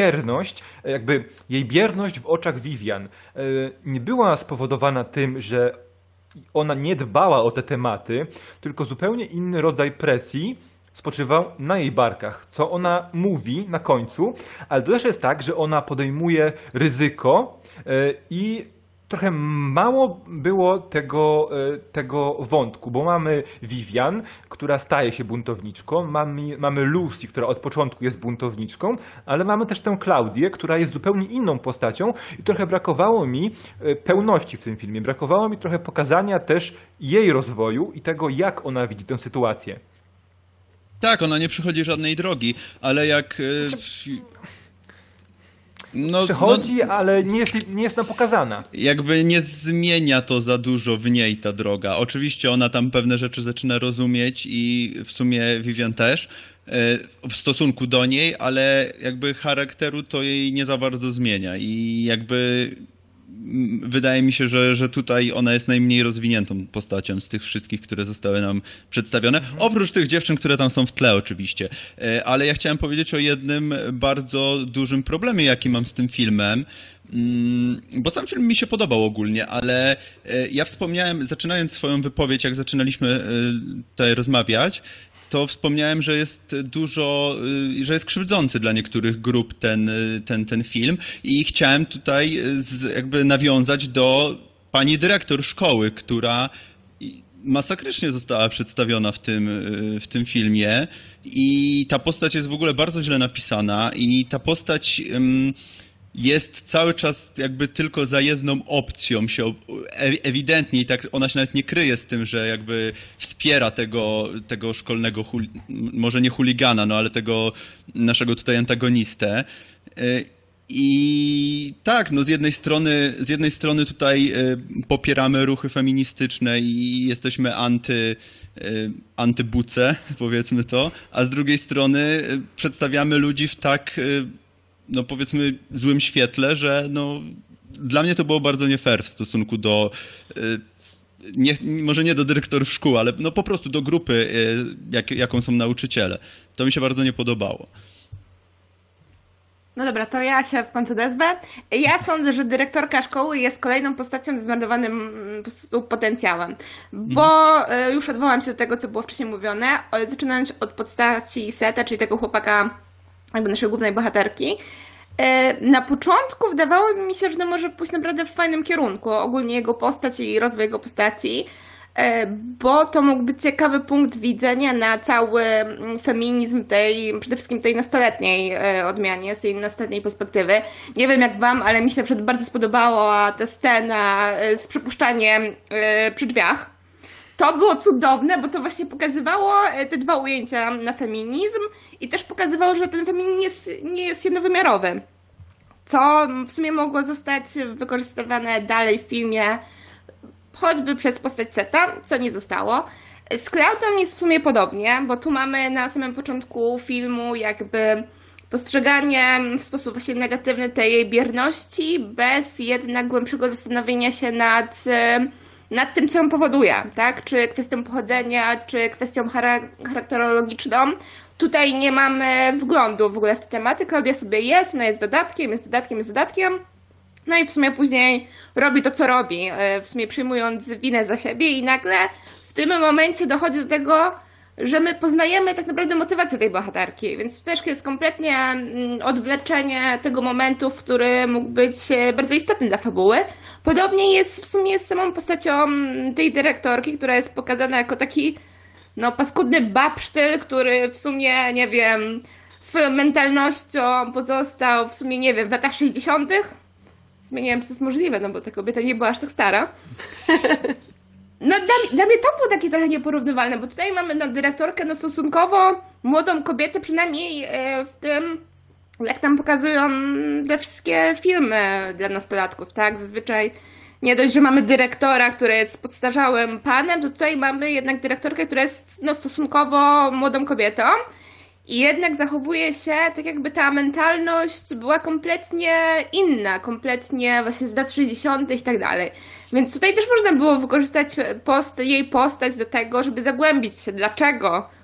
jej bierność w oczach Vivian nie była spowodowana tym, że ona nie dbała o te tematy, tylko zupełnie inny rodzaj presji spoczywał na jej barkach, co ona mówi na końcu, ale to też jest tak, że ona podejmuje ryzyko i trochę mało było tego wątku, bo mamy Vivian, która staje się buntowniczką, mamy Lucy, która od początku jest buntowniczką, ale mamy też tę Klaudię, która jest zupełnie inną postacią i trochę brakowało mi pełności w tym filmie. Brakowało mi trochę pokazania też jej rozwoju i tego, jak ona widzi tę sytuację. Tak, ona nie przechodzi żadnej drogi, ale jak... Przechodzi, ale nie jest nam pokazana. Jakby nie zmienia to za dużo w niej ta droga. Oczywiście ona tam pewne rzeczy zaczyna rozumieć i w sumie Vivian też w stosunku do niej, ale jakby charakteru to jej nie za bardzo zmienia i jakby wydaje mi się, że tutaj ona jest najmniej rozwiniętą postacią z tych wszystkich, które zostały nam przedstawione. Oprócz tych dziewczyn, które tam są w tle oczywiście. Ale ja chciałem powiedzieć o jednym bardzo dużym problemie, jaki mam z tym filmem. Bo sam film mi się podobał ogólnie, ale ja wspomniałem, zaczynając swoją wypowiedź, jak zaczynaliśmy tutaj rozmawiać, to wspomniałem, że jest że jest krzywdzący dla niektórych grup ten film i chciałem tutaj jakby nawiązać do pani dyrektor szkoły, która masakrycznie została przedstawiona w tym filmie i ta postać jest w ogóle bardzo źle napisana i ta postać jest cały czas jakby tylko za jedną opcją się ewidentnie i tak ona się nawet nie kryje z tym, że jakby wspiera tego szkolnego, może nie chuligana, no ale tego naszego tutaj antagonistę. I tak, no z jednej strony tutaj popieramy ruchy feministyczne i jesteśmy antybuce, powiedzmy to, a z drugiej strony przedstawiamy ludzi w tak no powiedzmy złym świetle, że no dla mnie to było bardzo nie fair w stosunku do może nie do dyrektorów szkół, ale no po prostu do grupy, jaką są nauczyciele. To mi się bardzo nie podobało. No dobra, to ja się w końcu odezwę. Ja sądzę, że dyrektorka szkoły jest kolejną postacią ze zmarnowanym po prostu potencjałem. Bo już odwołam się do tego, co było wcześniej mówione, zaczynając od postaci Seta, czyli tego chłopaka, jakby naszej głównej bohaterki. Na początku wydawało mi się, że to może pójść naprawdę w fajnym kierunku, ogólnie jego postać i rozwój jego postaci, bo to mógł być ciekawy punkt widzenia na cały feminizm przede wszystkim tej nastoletniej odmianie, z tej nastoletniej perspektywy. Nie wiem jak wam, ale mi się na przykład bardzo spodobała ta scena z przypuszczaniem przy drzwiach. To było cudowne, bo to właśnie pokazywało te dwa ujęcia na feminizm i też pokazywało, że ten feminizm nie jest jednowymiarowy. Co w sumie mogło zostać wykorzystywane dalej w filmie, choćby przez postać Seta, co nie zostało. Z Klaudią jest w sumie podobnie, bo tu mamy na samym początku filmu jakby postrzeganie w sposób właśnie negatywny tej jej bierności, bez jednak głębszego zastanowienia się nad tym, co ją powoduje, tak? Czy kwestią pochodzenia, czy kwestią charakterologiczną. Tutaj nie mamy wglądu w ogóle w te tematy. Klaudia sobie jest, ona jest dodatkiem. No i w sumie później robi to, co robi, w sumie przyjmując winę za siebie i nagle w tym momencie dochodzi do tego, że my poznajemy tak naprawdę motywację tej bohaterki, więc to też jest kompletnie odwleczenie tego momentu, który mógł być bardzo istotny dla fabuły. Podobnie jest w sumie z samą postacią tej dyrektorki, która jest pokazana jako taki paskudny babsztyl, który w sumie, nie wiem, swoją mentalnością pozostał w sumie, nie wiem, w latach 60. W sumie nie wiem, czy to jest możliwe, no bo ta kobieta nie była aż tak stara. No dla mnie to było takie trochę nieporównywalne, bo tutaj mamy dyrektorkę stosunkowo młodą kobietę, przynajmniej w tym, jak nam pokazują te wszystkie filmy dla nastolatków, tak? Zazwyczaj nie dość, że mamy dyrektora, który jest podstarzałym panem, to tutaj mamy jednak dyrektorkę, która jest stosunkowo młodą kobietą i jednak zachowuje się tak, jakby ta mentalność była kompletnie inna, kompletnie właśnie z lat 60. i tak dalej. Więc tutaj też można było wykorzystać jej postać do tego, żeby zagłębić się, dlaczego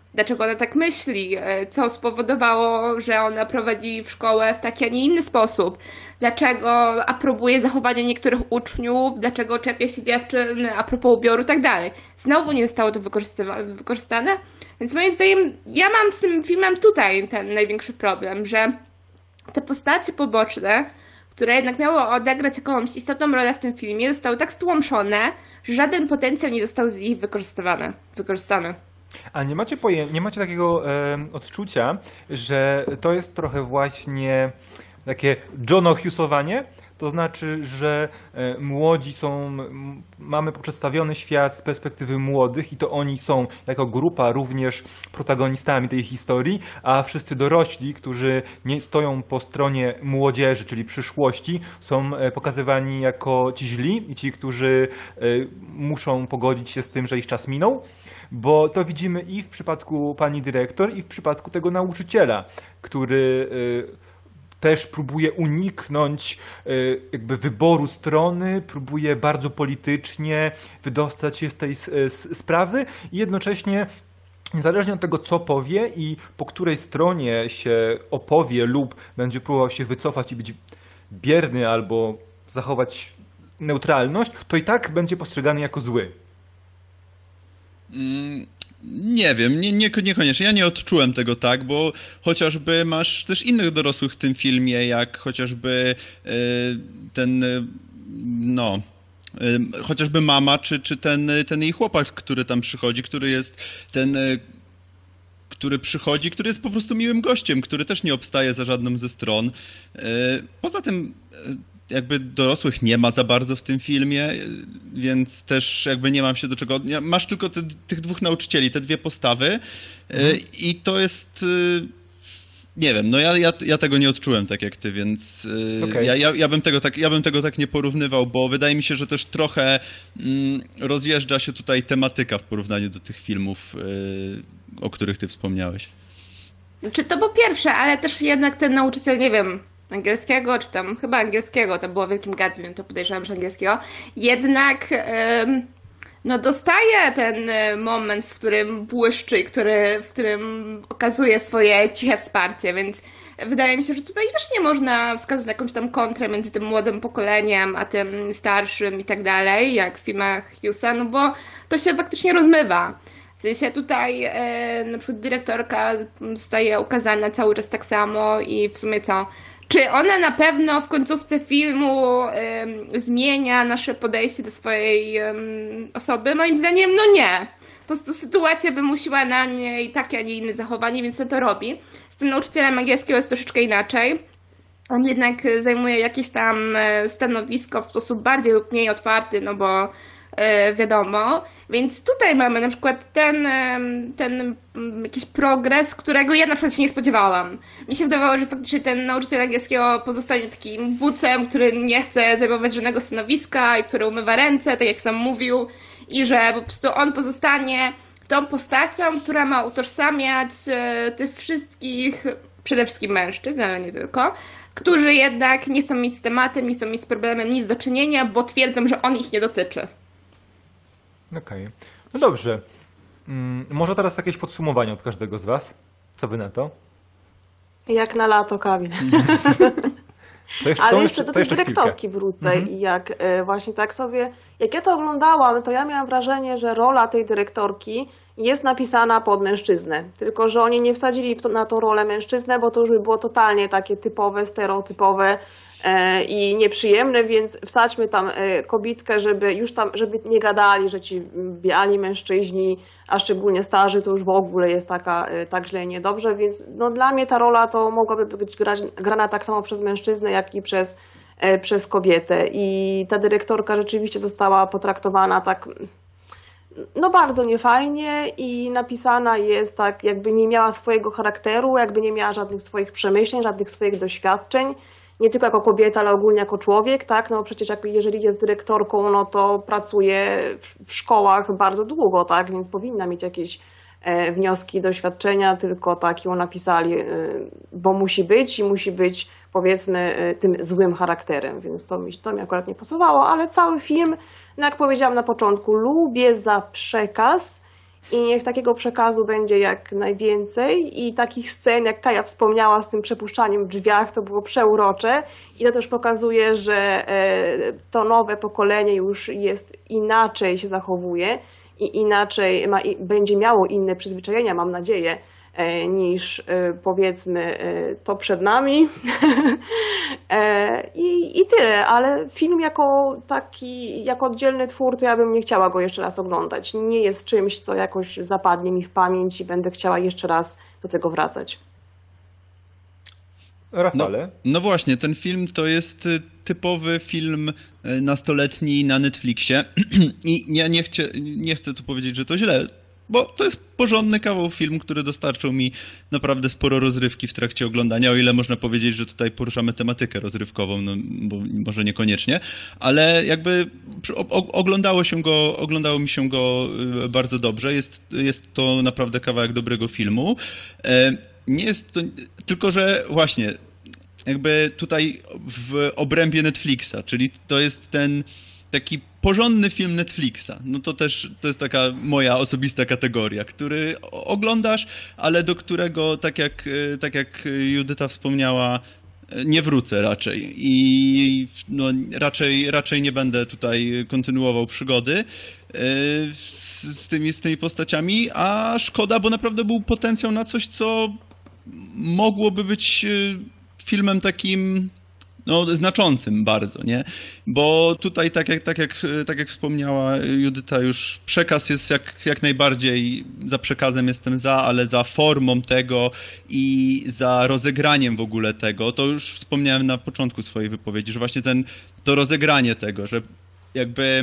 dlaczego ona tak myśli, co spowodowało, że ona prowadzi w szkołę w taki, a nie inny sposób, dlaczego aprobuje zachowanie niektórych uczniów, dlaczego czepia się dziewczyn a propos ubioru i tak dalej. Znowu nie zostało to wykorzystane, więc moim zdaniem ja mam z tym filmem tutaj ten największy problem, że te postacie poboczne, które jednak miały odegrać jakąś istotną rolę w tym filmie, zostały tak stłamszone, że żaden potencjał nie został z nich wykorzystany. A nie macie takiego odczucia, że to jest trochę właśnie takie John Hughesowanie? To znaczy, że młodzi mamy przedstawiony świat z perspektywy młodych i to oni są jako grupa również protagonistami tej historii, a wszyscy dorośli, którzy nie stoją po stronie młodzieży, czyli przyszłości, są pokazywani jako ci źli i ci, którzy muszą pogodzić się z tym, że ich czas minął. Bo to widzimy i w przypadku pani dyrektor, i w przypadku tego nauczyciela, który też próbuje uniknąć jakby wyboru strony, próbuje bardzo politycznie wydostać się z tej sprawy i jednocześnie niezależnie od tego, co powie i po której stronie się opowie lub będzie próbował się wycofać i być bierny albo zachować neutralność, to i tak będzie postrzegany jako zły. Nie wiem, niekoniecznie. Ja nie odczułem tego tak, bo chociażby masz też innych dorosłych w tym filmie, jak chociażby chociażby mama, czy ten jej chłopak, który tam przychodzi, który jest który przychodzi, który jest po prostu miłym gościem, który też nie obstaje za żadną ze stron. Poza tym jakby dorosłych nie ma za bardzo w tym filmie, więc też jakby nie mam się do czego... Masz tylko tych dwóch nauczycieli, te dwie postawy i to jest... Nie wiem, no ja tego nie odczułem tak jak ty, więc Okay. ja bym tego tak nie porównywał, bo wydaje mi się, że też trochę rozjeżdża się tutaj tematyka w porównaniu do tych filmów, o których ty wspomniałeś. Czy to po pierwsze, ale też jednak ten nauczyciel, nie wiem, angielskiego, czy tam chyba angielskiego, to było w Wielkim Gatsbym, to podejrzewam, że angielskiego, jednak no dostaje ten moment, w którym błyszczy, w którym okazuje swoje ciche wsparcie, więc wydaje mi się, że tutaj też nie można wskazać na jakąś tam kontrę między tym młodym pokoleniem, a tym starszym i tak dalej, jak w filmach Hughesa, no bo to się faktycznie rozmywa. W sensie tutaj na przykład dyrektorka zostaje ukazana cały czas tak samo i w sumie co? Czy ona na pewno w końcówce filmu zmienia nasze podejście do swojej osoby? Moim zdaniem no nie. Po prostu sytuacja wymusiła na niej takie, a nie inne zachowanie, więc on to robi. Z tym nauczycielem angielskiego jest troszeczkę inaczej. On jednak zajmuje jakieś tam stanowisko w sposób bardziej lub mniej otwarty, no bo wiadomo. Więc tutaj mamy na przykład ten jakiś progres, którego ja na przykład się nie spodziewałam. Mi się wydawało, że faktycznie ten nauczyciel angielskiego pozostanie takim bucem, który nie chce zajmować żadnego stanowiska i który umywa ręce, tak jak sam mówił, i że po prostu on pozostanie tą postacią, która ma utożsamiać tych wszystkich, przede wszystkim mężczyzn, ale nie tylko, którzy jednak nie chcą mieć z tematem, nie chcą mieć z problemem nic do czynienia, bo twierdzą, że on ich nie dotyczy. Okej. No dobrze. Może teraz jakieś podsumowanie od każdego z was? Co wy na to? Jak na lato, Kamil. Ale jeszcze do tej dyrektorki wrócę i jak właśnie tak sobie, jak ja to oglądałam, to ja miałam wrażenie, że rola tej dyrektorki jest napisana pod mężczyznę, tylko że oni nie wsadzili na tą rolę mężczyznę, bo to już by było totalnie takie typowe, stereotypowe i nieprzyjemne, więc wsadźmy tam kobietkę, żeby nie gadali, że ci biali mężczyźni, a szczególnie starzy, to już w ogóle jest tak źle i niedobrze, więc no, dla mnie ta rola to mogłaby być grana tak samo przez mężczyznę, jak i przez kobietę. I ta dyrektorka rzeczywiście została potraktowana tak no bardzo niefajnie i napisana jest tak, jakby nie miała swojego charakteru, jakby nie miała żadnych swoich przemyśleń, żadnych swoich doświadczeń. Nie tylko jako kobieta, ale ogólnie jako człowiek, tak? No przecież jeżeli jest dyrektorką, no to pracuje w szkołach bardzo długo, tak? Więc powinna mieć jakieś wnioski, doświadczenia, tylko tak ją napisali, bo musi być powiedzmy tym złym charakterem, więc to mi akurat nie pasowało, ale cały film, no jak powiedziałam na początku, lubię za przekaz i niech takiego przekazu będzie jak najwięcej i takich scen, jak Kaja wspomniała, z tym przepuszczaniem w drzwiach, to było przeurocze i to też pokazuje, że to nowe pokolenie już jest inaczej się zachowuje i inaczej będzie miało inne przyzwyczajenia, mam nadzieję, niż powiedzmy to przed nami. I tyle, ale film jako taki, jako oddzielny twór, to ja bym nie chciała go jeszcze raz oglądać. Nie jest czymś, co jakoś zapadnie mi w pamięć i będę chciała jeszcze raz do tego wracać. Rafale? No właśnie, ten film to jest typowy film nastoletni na Netflixie i ja nie chcę tu powiedzieć, że to źle, bo to jest porządny kawał film, który dostarczył mi naprawdę sporo rozrywki w trakcie oglądania, o ile można powiedzieć, że tutaj poruszamy tematykę rozrywkową, no bo może niekoniecznie, ale jakby oglądało mi się go bardzo dobrze, jest to naprawdę kawałek dobrego filmu. Nie jest to, tylko że właśnie, jakby tutaj w obrębie Netflixa, czyli to jest ten taki porządny film Netflixa, no to też to jest taka moja osobista kategoria, który oglądasz, ale do którego, tak jak Judyta wspomniała, nie wrócę raczej i no, raczej nie będę tutaj kontynuował przygody z tymi postaciami, a szkoda, bo naprawdę był potencjał na coś, co mogłoby być filmem takim no, znaczącym bardzo, nie? Bo tutaj, tak jak wspomniała Judyta, już przekaz jest jak najbardziej, za przekazem jestem za, ale za formą tego i za rozegraniem w ogóle tego, to już wspomniałem na początku swojej wypowiedzi, że właśnie to rozegranie tego, że jakby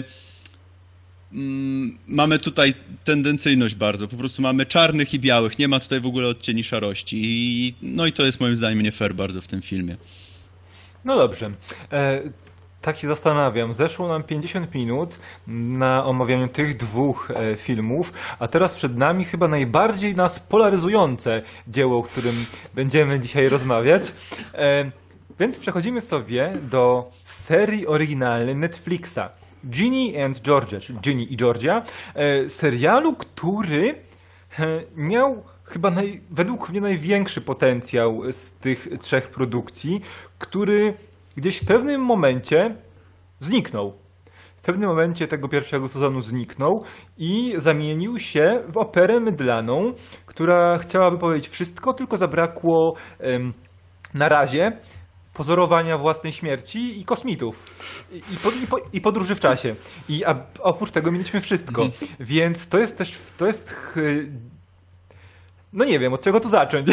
mamy tutaj tendencyjność bardzo, po prostu mamy czarnych i białych, nie ma tutaj w ogóle odcieni szarości no i to jest moim zdaniem nie fair bardzo w tym filmie. No dobrze. Tak się zastanawiam. Zeszło nam 50 minut na omawianiu tych dwóch filmów, a teraz przed nami chyba najbardziej nas polaryzujące dzieło, o którym będziemy dzisiaj rozmawiać. Więc przechodzimy sobie do serii oryginalnej Netflixa. Ginny and Georgia, czyli Ginny i Georgia. Serialu, który miał chyba według mnie największy potencjał z tych trzech produkcji, który gdzieś w pewnym momencie zniknął. W pewnym momencie tego pierwszego sezonu zniknął i zamienił się w operę mydlaną, która chciałaby powiedzieć wszystko, tylko zabrakło na razie pozorowania własnej śmierci i kosmitów. I podróży w czasie. A oprócz tego mieliśmy wszystko. Więc to jest no nie wiem, od czego tu zacząć.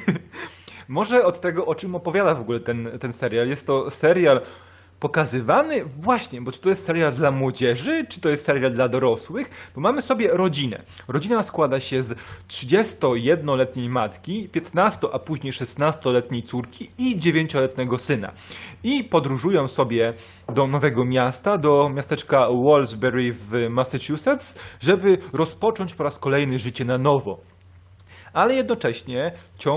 Może od tego, o czym opowiada w ogóle ten serial. Jest to serial pokazywany właśnie, bo czy to jest serial dla młodzieży, czy to jest serial dla dorosłych, bo mamy sobie rodzinę. Rodzina składa się z 31-letniej matki, 15, a później 16-letniej córki i 9-letniego syna. I podróżują sobie do nowego miasta, do miasteczka Wallsbury w Massachusetts, żeby rozpocząć po raz kolejny życie na nowo. Ale jednocześnie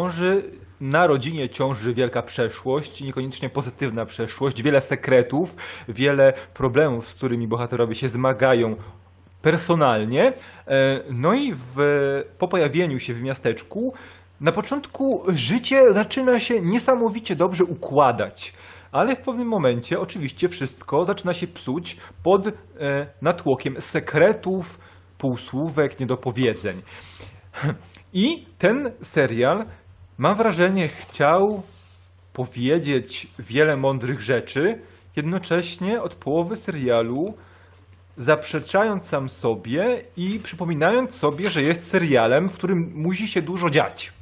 na rodzinie ciąży wielka przeszłość, niekoniecznie pozytywna przeszłość, wiele sekretów, wiele problemów, z którymi bohaterowie się zmagają personalnie. No i po pojawieniu się w miasteczku, na początku życie zaczyna się niesamowicie dobrze układać. Ale w pewnym momencie oczywiście wszystko zaczyna się psuć pod natłokiem sekretów, półsłówek, niedopowiedzeń. I ten serial, mam wrażenie, chciał powiedzieć wiele mądrych rzeczy, jednocześnie od połowy serialu zaprzeczając sam sobie i przypominając sobie, że jest serialem, w którym musi się dużo dziać.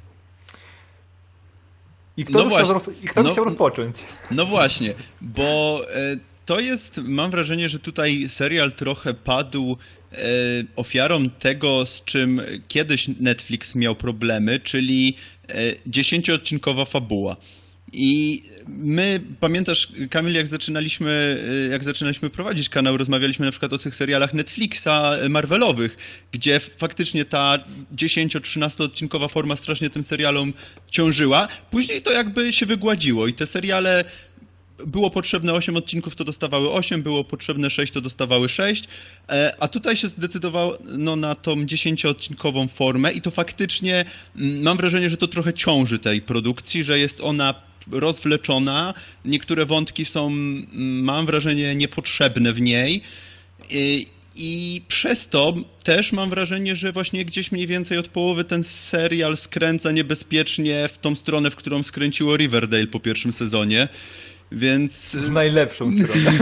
I kto by chciał rozpocząć? No właśnie, bo to jest, mam wrażenie, że tutaj serial trochę padł ofiarą tego, z czym kiedyś Netflix miał problemy, czyli 10-odcinkowa fabuła. I my, pamiętasz, Kamil, jak zaczynaliśmy prowadzić kanał, rozmawialiśmy na przykład o tych serialach Netflixa Marvelowych, gdzie faktycznie ta 10-13 odcinkowa forma strasznie tym serialom ciążyła. Później to jakby się wygładziło i te seriale było potrzebne 8 odcinków, to dostawały 8, było potrzebne 6, to dostawały 6, a tutaj się zdecydowano na tą 10-odcinkową formę i to faktycznie mam wrażenie, że to trochę ciąży tej produkcji, że jest ona rozwleczona, niektóre wątki są, mam wrażenie, niepotrzebne w niej. I przez to też mam wrażenie, że właśnie gdzieś mniej więcej od połowy ten serial skręca niebezpiecznie w tą stronę, w którą skręciło Riverdale po pierwszym sezonie, więc... W najlepszą stronę.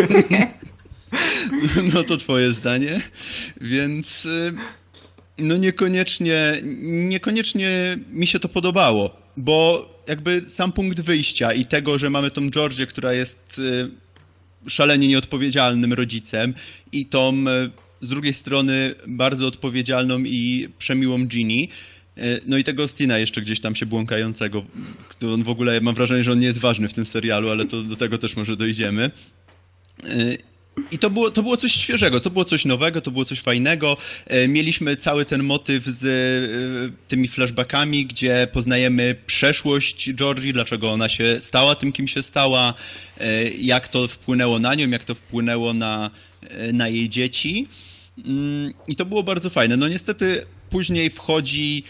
No to twoje zdanie, więc no niekoniecznie mi się to podobało, bo jakby sam punkt wyjścia i tego, że mamy tą Georgię, która jest szalenie nieodpowiedzialnym rodzicem i tą z drugiej strony bardzo odpowiedzialną i przemiłą Ginny. No i tego Austina jeszcze gdzieś tam się błąkającego. On w ogóle, mam wrażenie, że on nie jest ważny w tym serialu, ale to do tego też może dojdziemy. I to było coś świeżego, to było coś nowego, to było coś fajnego. Mieliśmy cały ten motyw z tymi flashbackami, gdzie poznajemy przeszłość Georgii, dlaczego ona się stała tym, kim się stała, jak to wpłynęło na nią, jak to wpłynęło na jej dzieci. I to było bardzo fajne. No niestety później wchodzi...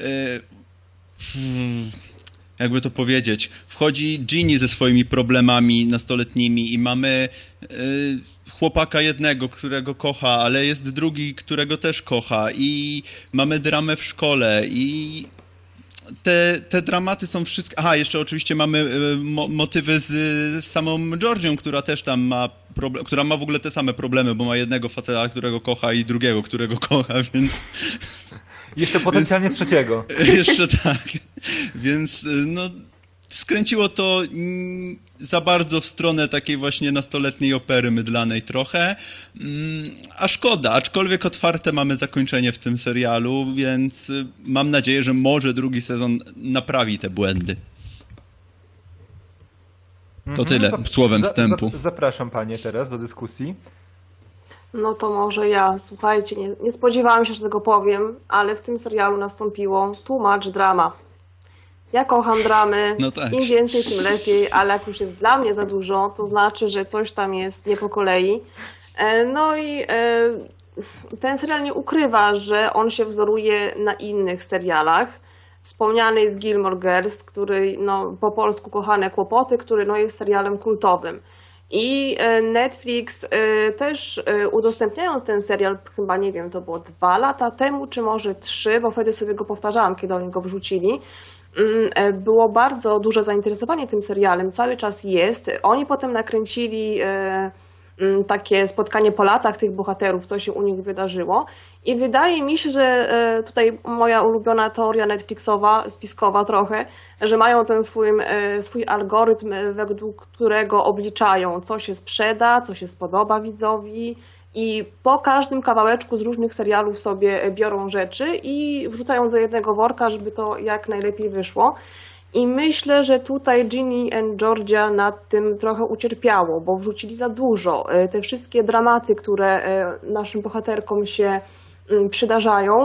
jakby to powiedzieć, wchodzi Ginny ze swoimi problemami nastoletnimi i mamy chłopaka jednego, którego kocha, ale jest drugi, którego też kocha i mamy dramę w szkole i te dramaty są wszystkie... Aha, jeszcze oczywiście mamy motywy z samą Georgią, która też tam ma która ma w ogóle te same problemy, bo ma jednego faceta, którego kocha i drugiego, którego kocha, więc... Jeszcze potencjalnie trzeciego. Jeszcze tak. Więc no, skręciło to za bardzo w stronę takiej właśnie nastoletniej opery mydlanej trochę. A szkoda, aczkolwiek otwarte mamy zakończenie w tym serialu, więc mam nadzieję, że może drugi sezon naprawi te błędy. To tyle słowem wstępu. Zapraszam panie teraz do dyskusji. No to może ja. Słuchajcie, nie spodziewałam się, że tego powiem, ale w tym serialu nastąpiło too much drama. Ja kocham dramy, no tak. Im więcej, tym lepiej, ale jak już jest dla mnie za dużo, to znaczy, że coś tam jest nie po kolei. No i ten serial nie ukrywa, że on się wzoruje na innych serialach. Wspomniany jest Gilmore Girls, który no, po polsku Kochane Kłopoty, który no, jest serialem kultowym. I Netflix też udostępniając ten serial, chyba nie wiem, to było 2 lata temu, czy może 3, bo wtedy sobie go powtarzałam, kiedy oni go wrzucili. Było bardzo duże zainteresowanie tym serialem, cały czas jest. Oni potem nakręcili takie spotkanie po latach tych bohaterów, co się u nich wydarzyło. I wydaje mi się, że tutaj moja ulubiona teoria Netflixowa, spiskowa trochę, że mają ten swój algorytm, według którego obliczają, co się sprzeda, co się spodoba widzowi. I po każdym kawałeczku z różnych serialów sobie biorą rzeczy i wrzucają do jednego worka, żeby to jak najlepiej wyszło. I myślę, że tutaj Ginny and Georgia nad tym trochę ucierpiało, bo wrzucili za dużo. Te wszystkie dramaty, które naszym bohaterkom się przydarzają,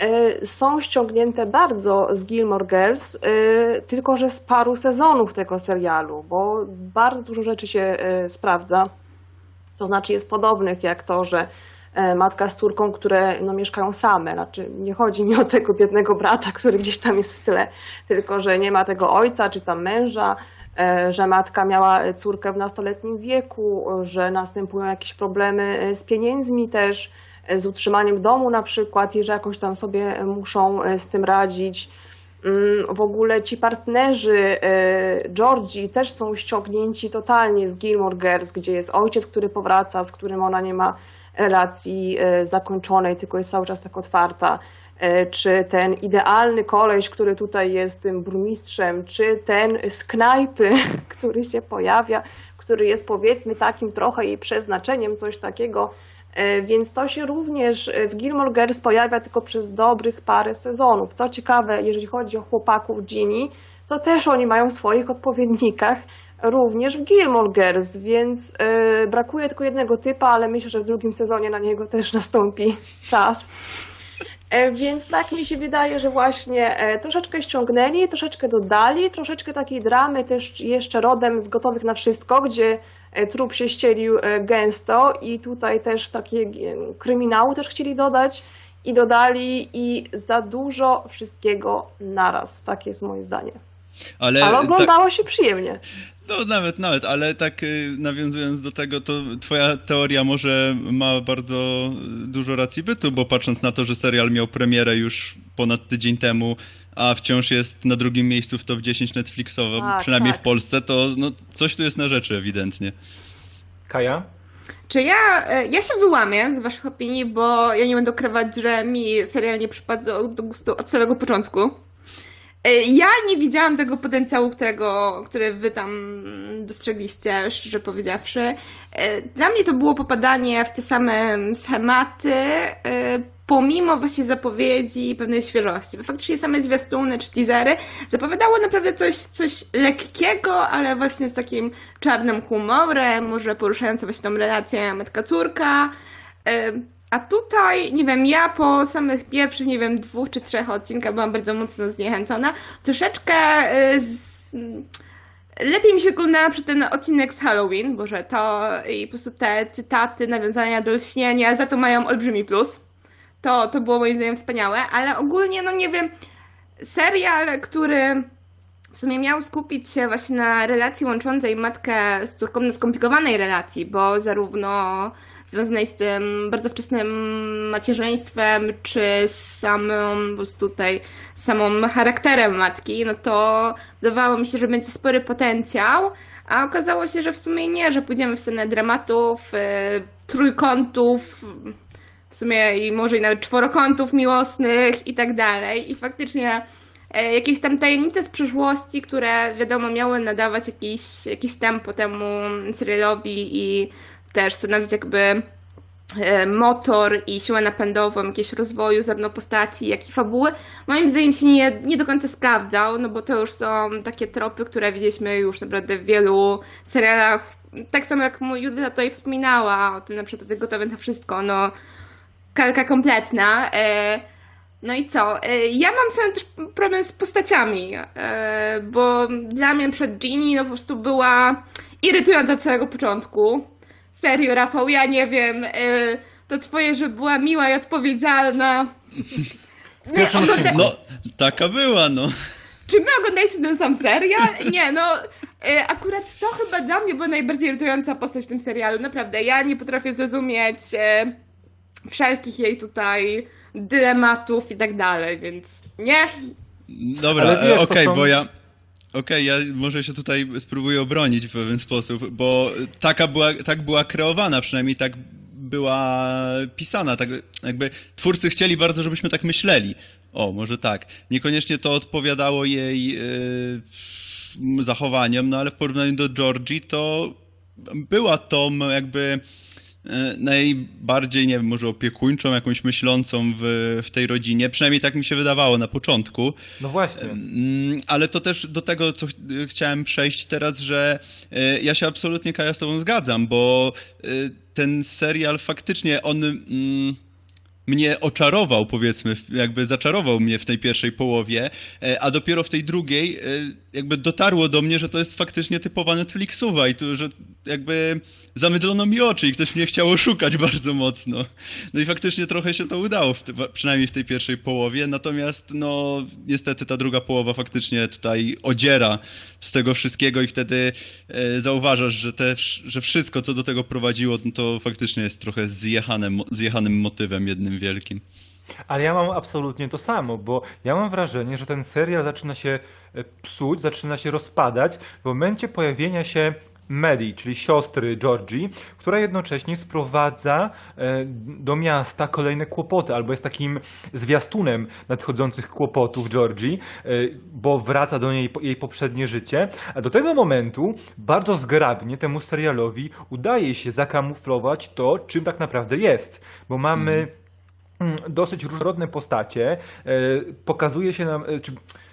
są ściągnięte bardzo z Gilmore Girls, tylko że z paru sezonów tego serialu, bo bardzo dużo rzeczy się sprawdza. To znaczy jest podobnych jak to, że matka z córką, które no, mieszkają same. Znaczy nie chodzi mi o tego biednego brata, który gdzieś tam jest w tle, tylko że nie ma tego ojca czy tam męża, że matka miała córkę w nastoletnim wieku, że następują jakieś problemy z pieniędzmi też, z utrzymaniem domu na przykład i że jakoś tam sobie muszą z tym radzić. W ogóle ci partnerzy Georgii też są ściągnięci totalnie z Gilmore Girls, gdzie jest ojciec, który powraca, z którym ona nie ma relacji zakończonej, tylko jest cały czas tak otwarta. Czy ten idealny koleś, który tutaj jest tym burmistrzem, czy ten z knajpy, który się pojawia, który jest powiedzmy takim trochę jej przeznaczeniem, coś takiego. Więc to się również w Gilmore Girls pojawia tylko przez dobrych parę sezonów. Co ciekawe, jeżeli chodzi o chłopaków Ginny, to też oni mają w swoich odpowiednikach również w Gilmore Girls, więc brakuje tylko jednego typa, ale myślę, że w drugim sezonie na niego też nastąpi czas. Więc tak mi się wydaje, że właśnie troszeczkę ściągnęli, troszeczkę dodali, troszeczkę takiej dramy też jeszcze rodem z Gotowych na Wszystko, gdzie trup się ścielił gęsto i tutaj też takie kryminału też chcieli dodać i dodali i za dużo wszystkiego naraz. Tak jest moje zdanie. Ale oglądało się przyjemnie. No nawet, ale tak nawiązując do tego, to twoja teoria może ma bardzo dużo racji bytu, bo patrząc na to, że serial miał premierę już ponad tydzień temu, a wciąż jest na drugim miejscu w top 10 Netflixowym, przynajmniej tak. w Polsce, to no, coś tu jest na rzeczy ewidentnie. Kaja? Czy ja się wyłamię z waszych opinii, bo ja nie będę ukrywać, że mi serial nie przypadł do gustu od samego początku. Ja nie widziałam tego potencjału, który wy tam dostrzegliście, szczerze powiedziawszy. Dla mnie to było popadanie w te same schematy, pomimo właśnie zapowiedzi pewnej świeżości. Bo faktycznie same zwiastuny czy teasery zapowiadało naprawdę coś lekkiego, ale właśnie z takim czarnym humorem, może poruszające właśnie tą relację matka-córka. A tutaj, nie wiem, ja po samych pierwszych, nie wiem, 2 czy 3 odcinkach byłam bardzo mocno zniechęcona. Troszeczkę lepiej mi się oglądała przy ten odcinek z Halloween, Boże, to i po prostu te cytaty, nawiązania do lśnienia, za to mają olbrzymi plus. To było moim zdaniem wspaniałe, ale ogólnie, no nie wiem, serial, który w sumie miał skupić się właśnie na relacji łączącej matkę z córką, na skomplikowanej relacji, bo zarówno związanej z tym bardzo wczesnym macierzyństwem, czy z samym, po prostu tutaj, samą charakterem matki, no to wydawało mi się, że będzie spory potencjał, a okazało się, że w sumie nie, że pójdziemy w stronę dramatów, trójkątów, w sumie i może i nawet czworokątów miłosnych i tak dalej. I faktycznie jakieś tam tajemnice z przeszłości, które wiadomo miały nadawać jakieś tempo temu serialowi i też stanowić jakby motor i siłę napędową jakiegoś rozwoju zarówno postaci, jak i fabuły, moim zdaniem się nie do końca sprawdzał, no bo to już są takie tropy, które widzieliśmy już naprawdę w wielu serialach, tak samo jak Judyta tutaj wspominała o tym, na przykład Gotowe na Wszystko, no kalka kompletna. No i co? Ja mam sam też problem z postaciami, bo dla mnie przed Ginny no po prostu była irytująca od samego początku. Serio, Rafał, ja nie wiem, to twoje, że była miła i odpowiedzialna. No, taka była, no. Czy my oglądaliśmy ten sam serial? Nie, no, akurat to chyba dla mnie była najbardziej irytująca postać w tym serialu, naprawdę. Ja nie potrafię zrozumieć wszelkich jej tutaj dylematów i tak dalej, więc nie. Dobra, okej, bo ja może się tutaj spróbuję obronić w pewien sposób, bo tak była kreowana, przynajmniej tak była pisana, tak jakby twórcy chcieli bardzo, żebyśmy tak myśleli. O, może tak. Niekoniecznie to odpowiadało jej zachowaniom, no ale w porównaniu do Georgie to była tą jakby najbardziej, nie wiem, może opiekuńczą, jakąś myślącą w tej rodzinie. Przynajmniej tak mi się wydawało na początku. No właśnie. Ale to też do tego, co chciałem przejść teraz, że ja się absolutnie, Kaja, z tobą zgadzam, bo ten serial faktycznie on mnie oczarował, powiedzmy, jakby zaczarował mnie w tej pierwszej połowie, a dopiero w tej drugiej jakby dotarło do mnie, że to jest faktycznie typowa Netflixowa i tu, że jakby zamydlono mi oczy i ktoś mnie chciał oszukać bardzo mocno. No i faktycznie trochę się to udało, przynajmniej w tej pierwszej połowie, natomiast no niestety ta druga połowa faktycznie tutaj odziera z tego wszystkiego i wtedy zauważasz, że wszystko, co do tego prowadziło, no to faktycznie jest trochę zjechanym motywem jednym wielkim. Ale ja mam absolutnie to samo, bo ja mam wrażenie, że ten serial zaczyna się psuć, zaczyna się rozpadać w momencie pojawienia się Maddie, czyli siostry Georgie, która jednocześnie sprowadza do miasta kolejne kłopoty, albo jest takim zwiastunem nadchodzących kłopotów Georgie, bo wraca do niej jej poprzednie życie, a do tego momentu bardzo zgrabnie temu serialowi udaje się zakamuflować to, czym tak naprawdę jest, bo mamy dosyć różnorodne postacie, pokazuje się nam,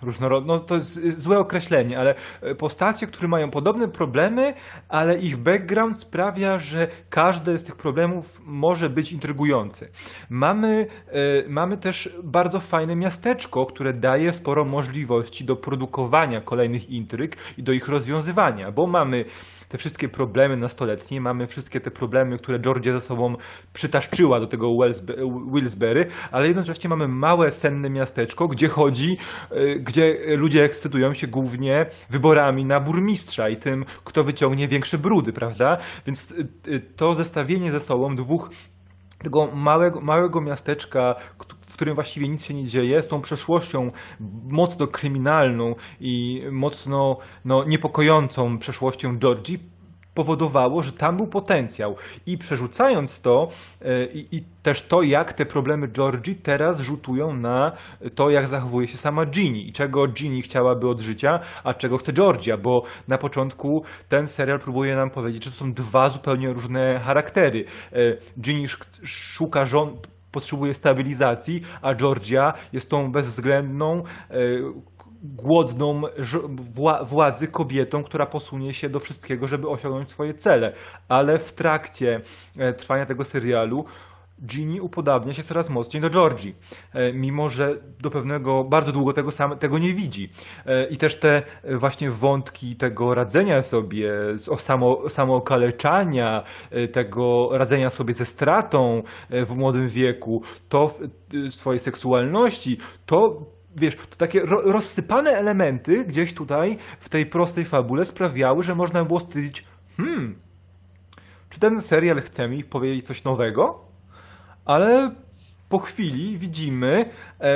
no to jest złe określenie, ale postacie, które mają podobne problemy, ale ich background sprawia, że każdy z tych problemów może być intrygujący. Mamy też bardzo fajne miasteczko, które daje sporo możliwości do produkowania kolejnych intryg i do ich rozwiązywania, bo mamy te wszystkie problemy nastoletnie, mamy wszystkie te problemy, które Georgia ze sobą przytaszczyła do tego Willsbury, ale jednocześnie mamy małe, senne miasteczko, gdzie ludzie ekscytują się głównie wyborami na burmistrza i tym, kto wyciągnie większe brudy, prawda? Więc to zestawienie ze sobą tego małego miasteczka, w którym właściwie nic się nie dzieje, z tą przeszłością mocno kryminalną i mocno niepokojącą przeszłością Georgii, powodowało, że tam był potencjał. I przerzucając to i też to, jak te problemy Georgii teraz rzutują na to, jak zachowuje się sama Ginny i czego Ginny chciałaby od życia, a czego chce Georgia, bo na początku ten serial próbuje nam powiedzieć, że to są dwa zupełnie różne charaktery. Ginny szuka potrzebuje stabilizacji, a Georgia jest tą bezwzględną, głodną władzy kobietą, która posunie się do wszystkiego, żeby osiągnąć swoje cele. Ale w trakcie trwania tego serialu Ginny upodabnia się coraz mocniej do Georgii, mimo że do pewnego, bardzo długo tego nie widzi. I też te właśnie wątki tego radzenia sobie, samookaleczania, tego radzenia sobie ze stratą w młodym wieku, to swojej seksualności, to wiesz, to takie rozsypane elementy gdzieś tutaj w tej prostej fabule sprawiały, że można było stwierdzić, czy ten serial chce mi powiedzieć coś nowego? Ale po chwili widzimy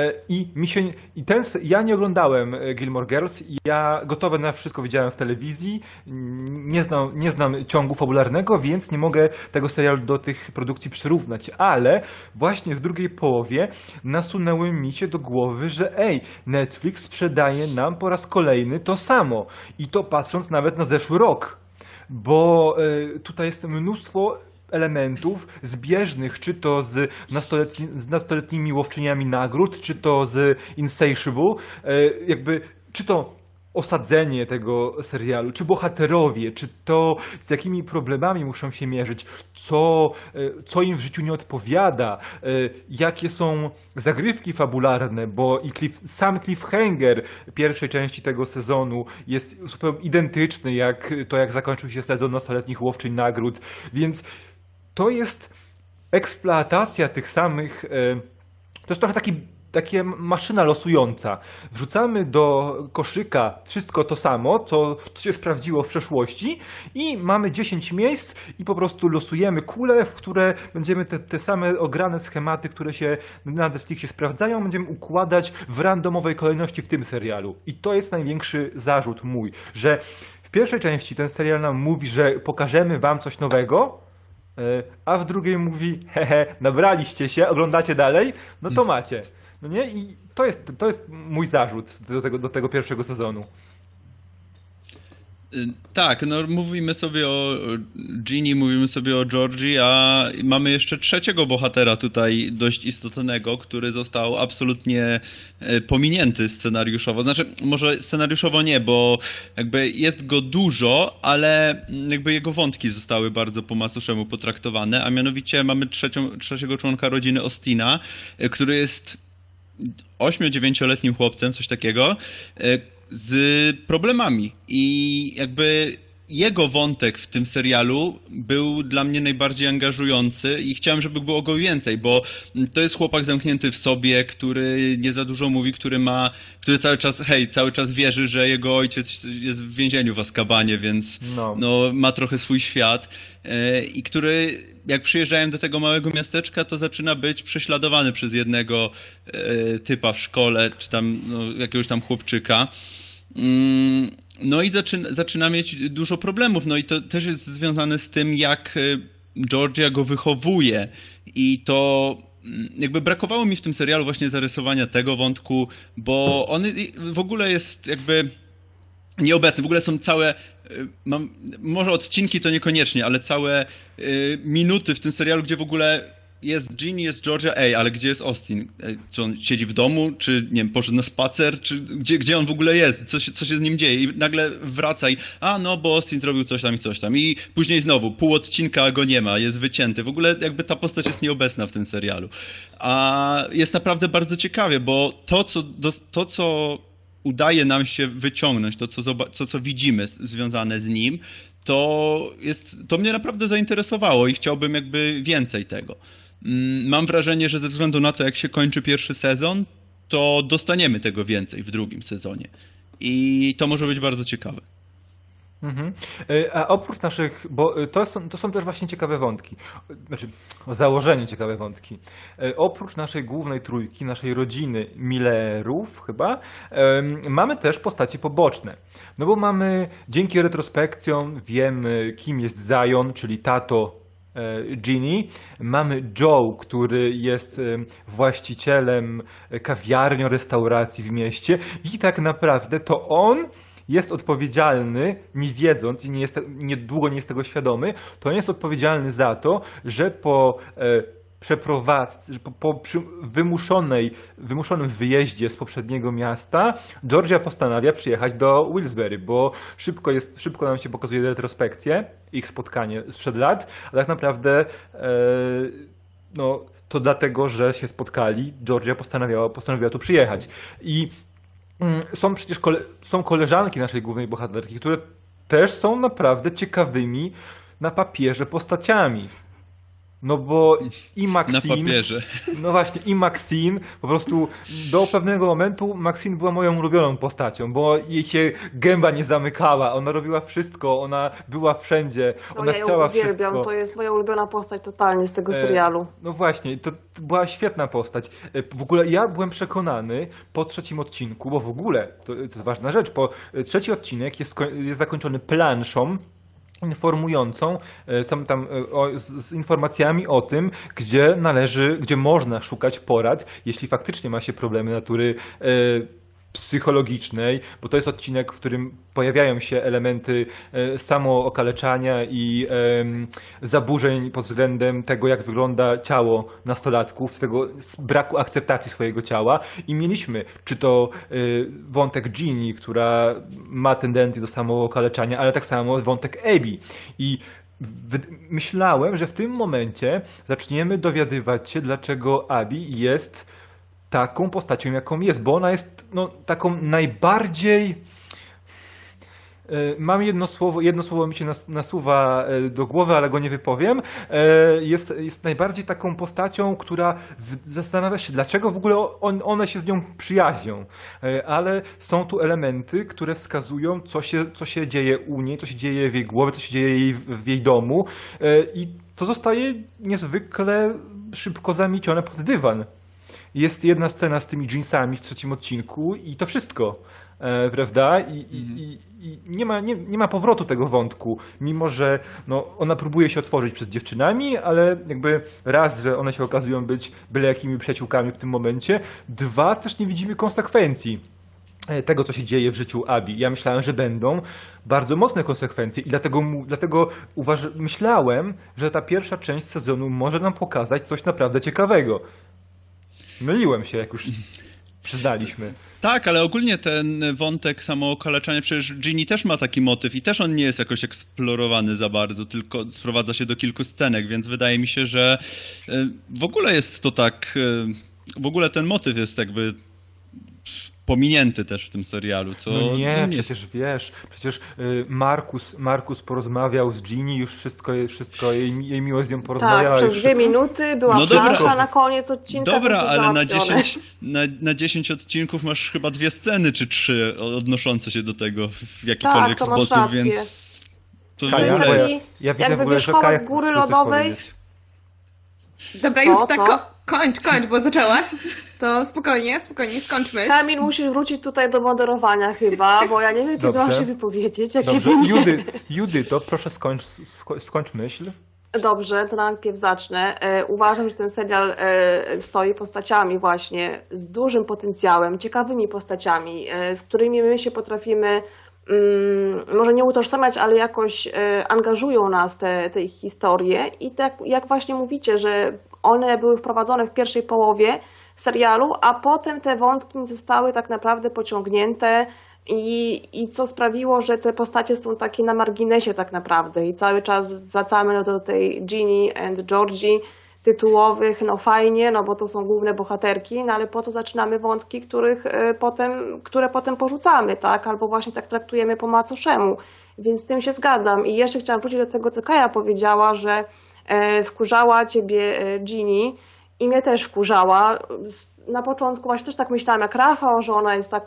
ja nie oglądałem Gilmore Girls, ja gotowe na wszystko widziałem w telewizji, nie znam ciągu fabularnego, więc nie mogę tego serialu do tych produkcji przyrównać, ale właśnie w drugiej połowie nasunęły mi się do głowy, że Netflix sprzedaje nam po raz kolejny to samo i to patrząc nawet na zeszły rok, bo tutaj jest mnóstwo elementów zbieżnych, czy to z nastoletnimi łowczyniami nagród, czy to z Insatiable, czy to osadzenie tego serialu, czy bohaterowie, czy to z jakimi problemami muszą się mierzyć, co im w życiu nie odpowiada, jakie są zagrywki fabularne, bo sam cliffhanger pierwszej części tego sezonu jest zupełnie identyczny jak zakończył się sezon nastoletnich łowczyń nagród, więc to jest eksploatacja tych samych, to jest trochę taka maszyna losująca. Wrzucamy do koszyka wszystko to samo, co się sprawdziło w przeszłości i mamy 10 miejsc i po prostu losujemy kule, w które będziemy te same ograne schematy, które się na Netflixie sprawdzają, będziemy układać w randomowej kolejności w tym serialu. I to jest największy zarzut mój, że w pierwszej części ten serial nam mówi, że pokażemy wam coś nowego, a w drugiej mówi, nabraliście się, oglądacie dalej, no to macie. No nie? I to jest mój zarzut do tego pierwszego sezonu. Tak, no mówimy sobie o Ginny, mówimy sobie o Georgii, a mamy jeszcze trzeciego bohatera tutaj dość istotnego, który został absolutnie pominięty scenariuszowo. Znaczy, może scenariuszowo nie, bo jakby jest go dużo, ale jakby jego wątki zostały bardzo po macoszemu potraktowane, a mianowicie mamy trzeciego członka rodziny Austina, który jest 8-9-letnim chłopcem, coś takiego, z problemami i jakby jego wątek w tym serialu był dla mnie najbardziej angażujący i chciałem, żeby było go więcej, bo to jest chłopak zamknięty w sobie, który nie za dużo mówi, który cały czas wierzy, że jego ojciec jest w więzieniu w Azkabanie, więc ma trochę swój świat i który jak przyjeżdżają do tego małego miasteczka, to zaczyna być prześladowany przez jednego typa w szkole, czy tam jakiegoś tam chłopczyka. No i zaczyna mieć dużo problemów. No i to też jest związane z tym, jak Georgia go wychowuje. I to jakby brakowało mi w tym serialu właśnie zarysowania tego wątku, bo on w ogóle jest jakby nieobecny. W ogóle są całe, może odcinki to niekoniecznie, ale całe minuty w tym serialu, gdzie w ogóle jest Ginny, jest Georgia, ale gdzie jest Austin? Czy on siedzi w domu, czy nie wiem, poszedł na spacer, czy gdzie on w ogóle jest? Co się z nim dzieje? I nagle wraca i no bo Austin zrobił coś tam i coś tam. I później znowu, pół odcinka go nie ma, jest wycięty. W ogóle jakby ta postać jest nieobecna w tym serialu. A jest naprawdę bardzo ciekawie, bo to, co udaje nam się wyciągnąć, to co widzimy związane z nim, to mnie naprawdę zainteresowało i chciałbym jakby więcej tego. Mam wrażenie, że ze względu na to, jak się kończy pierwszy sezon, to dostaniemy tego więcej w drugim sezonie. I to może być bardzo ciekawe. Mhm. A oprócz naszych, bo to są też właśnie ciekawe wątki, znaczy o założeniu ciekawe wątki. Oprócz naszej głównej trójki, naszej rodziny Millerów chyba, mamy też postacie poboczne. No bo mamy, dzięki retrospekcjom wiemy, kim jest Zion, czyli tato Ginny. Mamy Joe, który jest właścicielem kawiarni, restauracji w mieście i tak naprawdę to on jest odpowiedzialny, nie wiedząc i długo nie jest tego świadomy, to on jest odpowiedzialny za to, że po przeprowadzce, że po wymuszonym wyjeździe z poprzedniego miasta Georgia postanawia przyjechać do Willsbury, bo szybko nam się pokazuje retrospekcję, ich spotkanie sprzed lat, a tak naprawdę to dlatego, że się spotkali, Georgia postanowiła tu przyjechać. I są przecież są koleżanki naszej głównej bohaterki, które też są naprawdę ciekawymi na papierze postaciami. No bo i Maxine... Na papierze. No właśnie, i Maxine, po prostu do pewnego momentu Maxine była moją ulubioną postacią, bo jej się gęba nie zamykała, ona robiła wszystko, ona była wszędzie, ona ja chciała ją uwielbiam, wszystko. to jest moja ulubiona postać totalnie z tego serialu. No właśnie, to była świetna postać. W ogóle ja byłem przekonany po trzecim odcinku, bo w ogóle, to jest ważna rzecz, trzeci odcinek jest zakończony planszą informującą z informacjami o tym, gdzie można szukać porad, jeśli faktycznie ma się problemy natury psychologicznej, bo to jest odcinek, w którym pojawiają się elementy samookaleczania i zaburzeń pod względem tego, jak wygląda ciało nastolatków, tego braku akceptacji swojego ciała i mieliśmy, czy to wątek Ginny, która ma tendencję do samookaleczania, ale tak samo wątek Abby i myślałem, że w tym momencie zaczniemy dowiadywać się, dlaczego Abby jest taką postacią, jaką jest, bo ona jest taką najbardziej... Mam jedno słowo mi się nasuwa do głowy, ale go nie wypowiem. Jest najbardziej taką postacią, która zastanawia się, dlaczego w ogóle one się z nią przyjaźnią. Ale są tu elementy, które wskazują, co się dzieje u niej, co się dzieje w jej głowie, co się dzieje w jej domu. I to zostaje niezwykle szybko zamiecione pod dywan. Jest jedna scena z tymi jeansami w trzecim odcinku i to wszystko, prawda? I nie ma powrotu tego wątku, mimo że ona próbuje się otworzyć przed dziewczynami, ale jakby raz, że one się okazują być byle jakimi przyjaciółkami w tym momencie, dwa, też nie widzimy konsekwencji tego, co się dzieje w życiu Abby. Ja myślałem, że będą bardzo mocne konsekwencje i dlatego myślałem, że ta pierwsza część sezonu może nam pokazać coś naprawdę ciekawego. Myliłem się, jak już przyznaliśmy. Tak, ale ogólnie ten wątek samookaleczania, przecież Ginny też ma taki motyw i też on nie jest jakoś eksplorowany za bardzo, tylko sprowadza się do kilku scenek, więc wydaje mi się, że w ogóle jest to tak, w ogóle ten motyw jest jakby pominięty też w tym serialu. Przecież wiesz, Markus porozmawiał z Ginny, już wszystko jej miłość z nią porozmawiała. Tak, przez 2 minuty była plansza na koniec odcinka. Dobra, ale na 10 odcinków masz chyba 2 sceny czy 3 odnoszące się do tego w jakikolwiek sposób, rację. więc... Kaja, ja widzę w ogóle, że Kaja Góry Lodowej. Dobra, już tak kończ, bo zaczęłaś. To spokojnie, skończmy. Kamil, musisz wrócić tutaj do moderowania chyba, bo ja nie wiem, kiedy mam się wypowiedzieć. Dobrze, Judyto, proszę skończ myśl. Dobrze, to najpierw zacznę. Uważam, że ten serial stoi postaciami właśnie z dużym potencjałem, ciekawymi postaciami, z którymi my się potrafimy może nie utożsamiać, ale jakoś angażują nas te ich historie i tak jak właśnie mówicie, że one były wprowadzone w pierwszej połowie serialu, a potem te wątki nie zostały tak naprawdę pociągnięte i co sprawiło, że te postacie są takie na marginesie tak naprawdę i cały czas wracamy do tej Ginny and Georgie tytułowych, no fajnie, no bo to są główne bohaterki, no ale po co zaczynamy wątki, które potem porzucamy, tak? Albo właśnie tak traktujemy po macoszemu. Więc z tym się zgadzam. I jeszcze chciałam wrócić do tego, co Kaja powiedziała, że wkurzała ciebie Ginny i mnie też wkurzała. Na początku właśnie też tak myślałam jak Rafał, że ona jest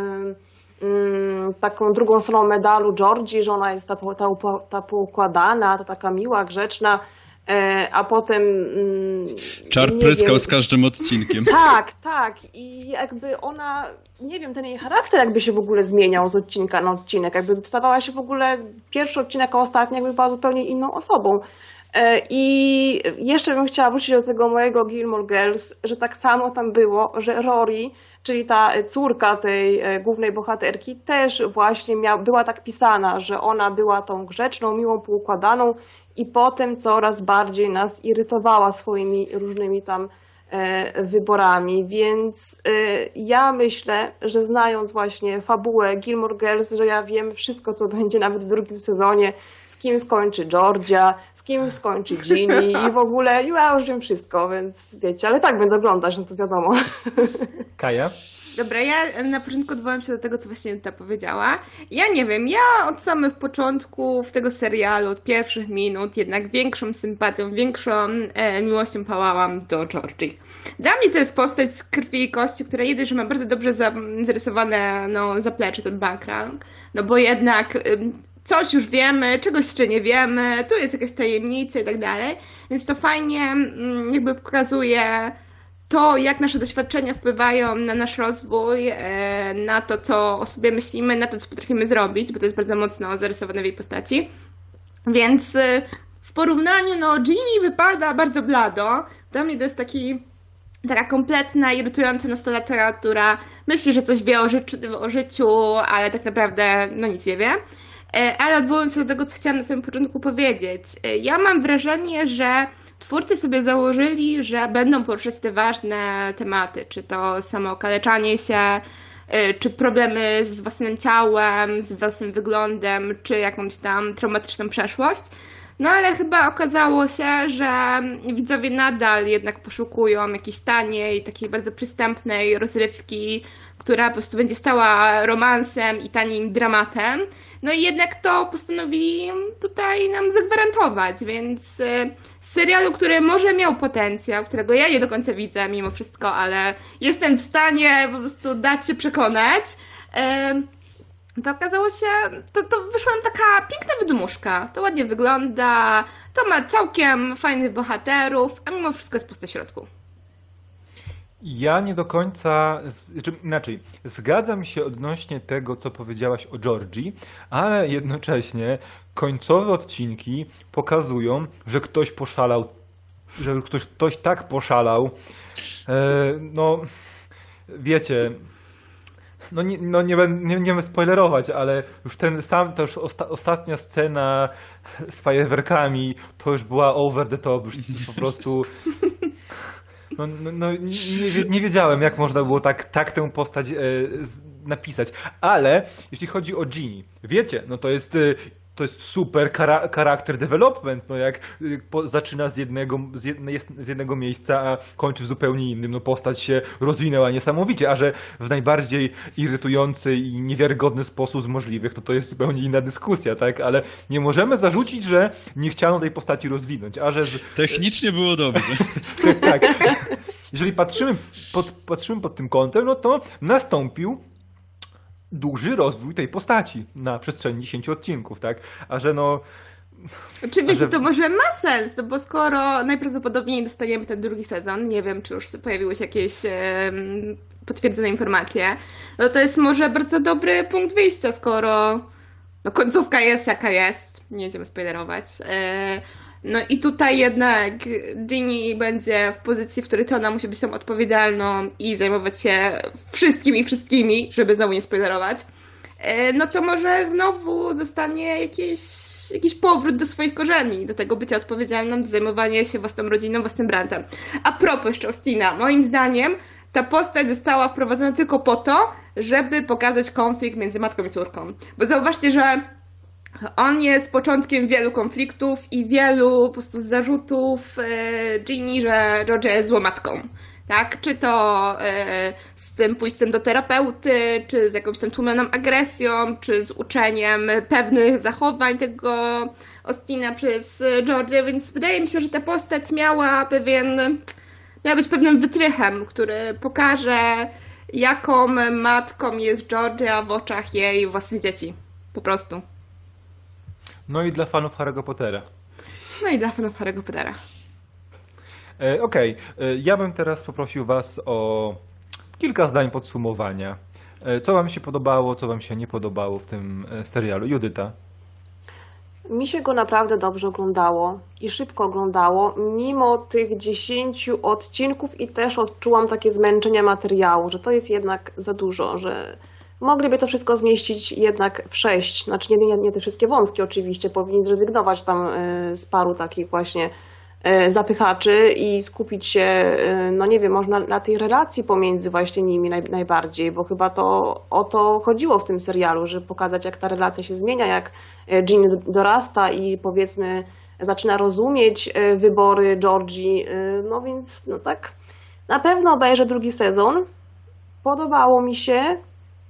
taką drugą stroną medalu Georgie, że ona jest ta poukładana, ta taka miła, grzeczna, a potem Czar nie pryskał wiem. z każdym odcinkiem. Tak. I jakby ona, nie wiem, ten jej charakter jakby się w ogóle zmieniał z odcinka na odcinek. Jakby stawała się w ogóle pierwszy odcinek, a ostatni jakby była zupełnie inną osobą. I jeszcze bym chciała wrócić do tego mojego Gilmore Girls, że tak samo tam było, że Rory, czyli ta córka tej głównej bohaterki, też właśnie była tak pisana, że ona była tą grzeczną, miłą, poukładaną i potem coraz bardziej nas irytowała swoimi różnymi tam wyborami, więc ja myślę, że znając właśnie fabułę Gilmore Girls, że ja wiem wszystko, co będzie nawet w drugim sezonie, z kim skończy Georgia, z kim skończy Ginny i w ogóle ja już wiem wszystko, więc wiecie, ale tak będę oglądać, no to wiadomo. Kaja? Dobra, ja na początku odwołam się do tego, co właśnie Juta powiedziała. Ja nie wiem, ja od samych początków tego serialu, od pierwszych minut, jednak większą sympatią, większą miłością pałałam do Georgie. Dla mnie to jest postać z krwi i kości, która jedynie, że ma bardzo dobrze zarysowane zaplecze, ten background, no bo jednak coś już wiemy, czegoś jeszcze nie wiemy, tu jest jakaś tajemnica i tak dalej, więc to fajnie jakby pokazuje to, jak nasze doświadczenia wpływają na nasz rozwój, na to, co o sobie myślimy, na to, co potrafimy zrobić, bo to jest bardzo mocno zarysowane w jej postaci. Więc w porównaniu, Ginny wypada bardzo blado. Dla mnie to jest taka kompletna, irytująca nastolatka, która myśli, że coś wie o życiu, ale tak naprawdę nic nie wie. Ale odwołując się do tego, co chciałam na samym początku powiedzieć, ja mam wrażenie, że twórcy sobie założyli, że będą poruszać te ważne tematy, czy to samookaleczanie się, czy problemy z własnym ciałem, z własnym wyglądem, czy jakąś tam traumatyczną przeszłość. No ale chyba okazało się, że widzowie nadal jednak poszukują jakiejś taniej, takiej bardzo przystępnej rozrywki, która po prostu będzie stała romansem i tanim dramatem. No i jednak to postanowili tutaj nam zagwarantować, więc z serialu, który może miał potencjał, którego ja nie do końca widzę mimo wszystko, ale jestem w stanie po prostu dać się przekonać, to okazało się, to wyszła nam taka piękna wydmuszka. To ładnie wygląda, to ma całkiem fajnych bohaterów, a mimo wszystko jest puste w środku. Ja nie do końca, inaczej, zgadzam się odnośnie tego, co powiedziałaś o Georgii, ale jednocześnie końcowe odcinki pokazują, że ktoś poszalał, że ktoś tak poszalał, wiecie, nie będę spoilerować, ale już ostatnia scena z fajerwerkami to już była over the top, już po prostu... Nie wiedziałem, jak można było tak tę postać napisać, ale jeśli chodzi o Ginny, wiecie, to jest super charakter development, jak zaczyna z jednego miejsca, a kończy w zupełnie innym, postać się rozwinęła niesamowicie, a że w najbardziej irytujący i niewiarygodny sposób z możliwych, to jest zupełnie inna dyskusja, tak, ale nie możemy zarzucić, że nie chciano tej postaci rozwinąć, a że... Technicznie było dobrze. Tak. Jeżeli patrzymy pod tym kątem, to nastąpił duży rozwój tej postaci na przestrzeni 10 odcinków, tak? A że Czy wiecie, to może ma sens, bo skoro najprawdopodobniej dostaniemy ten drugi sezon, nie wiem, czy już pojawiły się jakieś potwierdzone informacje, to jest może bardzo dobry punkt wyjścia, skoro końcówka jest jaka jest, nie będziemy spoilerować. I tutaj jednak Ginny będzie w pozycji, w której to ona musi być tą odpowiedzialną i zajmować się wszystkim i wszystkimi, żeby znowu nie spoilerować. no to może znowu zostanie jakiś powrót do swoich korzeni, do tego bycia odpowiedzialną, do zajmowania się własną rodziną, własnym brandem. A propos jeszcze Austina, moim zdaniem ta postać została wprowadzona tylko po to, żeby pokazać konflikt między matką i córką. Bo zauważcie, że on jest początkiem wielu konfliktów i wielu po prostu zarzutów Ginny, że Georgia jest złą matką. Tak? Czy to z tym pójściem do terapeuty, czy z jakąś tam tłumioną agresją, czy z uczeniem pewnych zachowań tego Austina przez Georgię, więc wydaje mi się, że ta postać miała być pewnym wytrychem, który pokaże, jaką matką jest Georgia w oczach jej własnych dzieci. Po prostu. No i dla fanów Harry'ego Pottera. No i dla fanów Harry'ego Pottera. Okej, ja bym teraz poprosił was o kilka zdań podsumowania. Co wam się podobało, co wam się nie podobało w tym serialu? Judyta? Mi się go naprawdę dobrze oglądało i szybko oglądało, mimo tych 10 odcinków i też odczułam takie zmęczenie materiału, że to jest jednak za dużo, że mogliby to wszystko zmieścić jednak w 6. Znaczy nie te wszystkie wątki oczywiście, powinni zrezygnować tam z paru takich właśnie zapychaczy i skupić się, no nie wiem, może na tej relacji pomiędzy właśnie nimi najbardziej, bo chyba to o to chodziło w tym serialu, żeby pokazać, jak ta relacja się zmienia, jak Ginny dorasta i powiedzmy zaczyna rozumieć wybory Georgii, no więc no tak, na pewno obejrzę drugi sezon. Podobało mi się.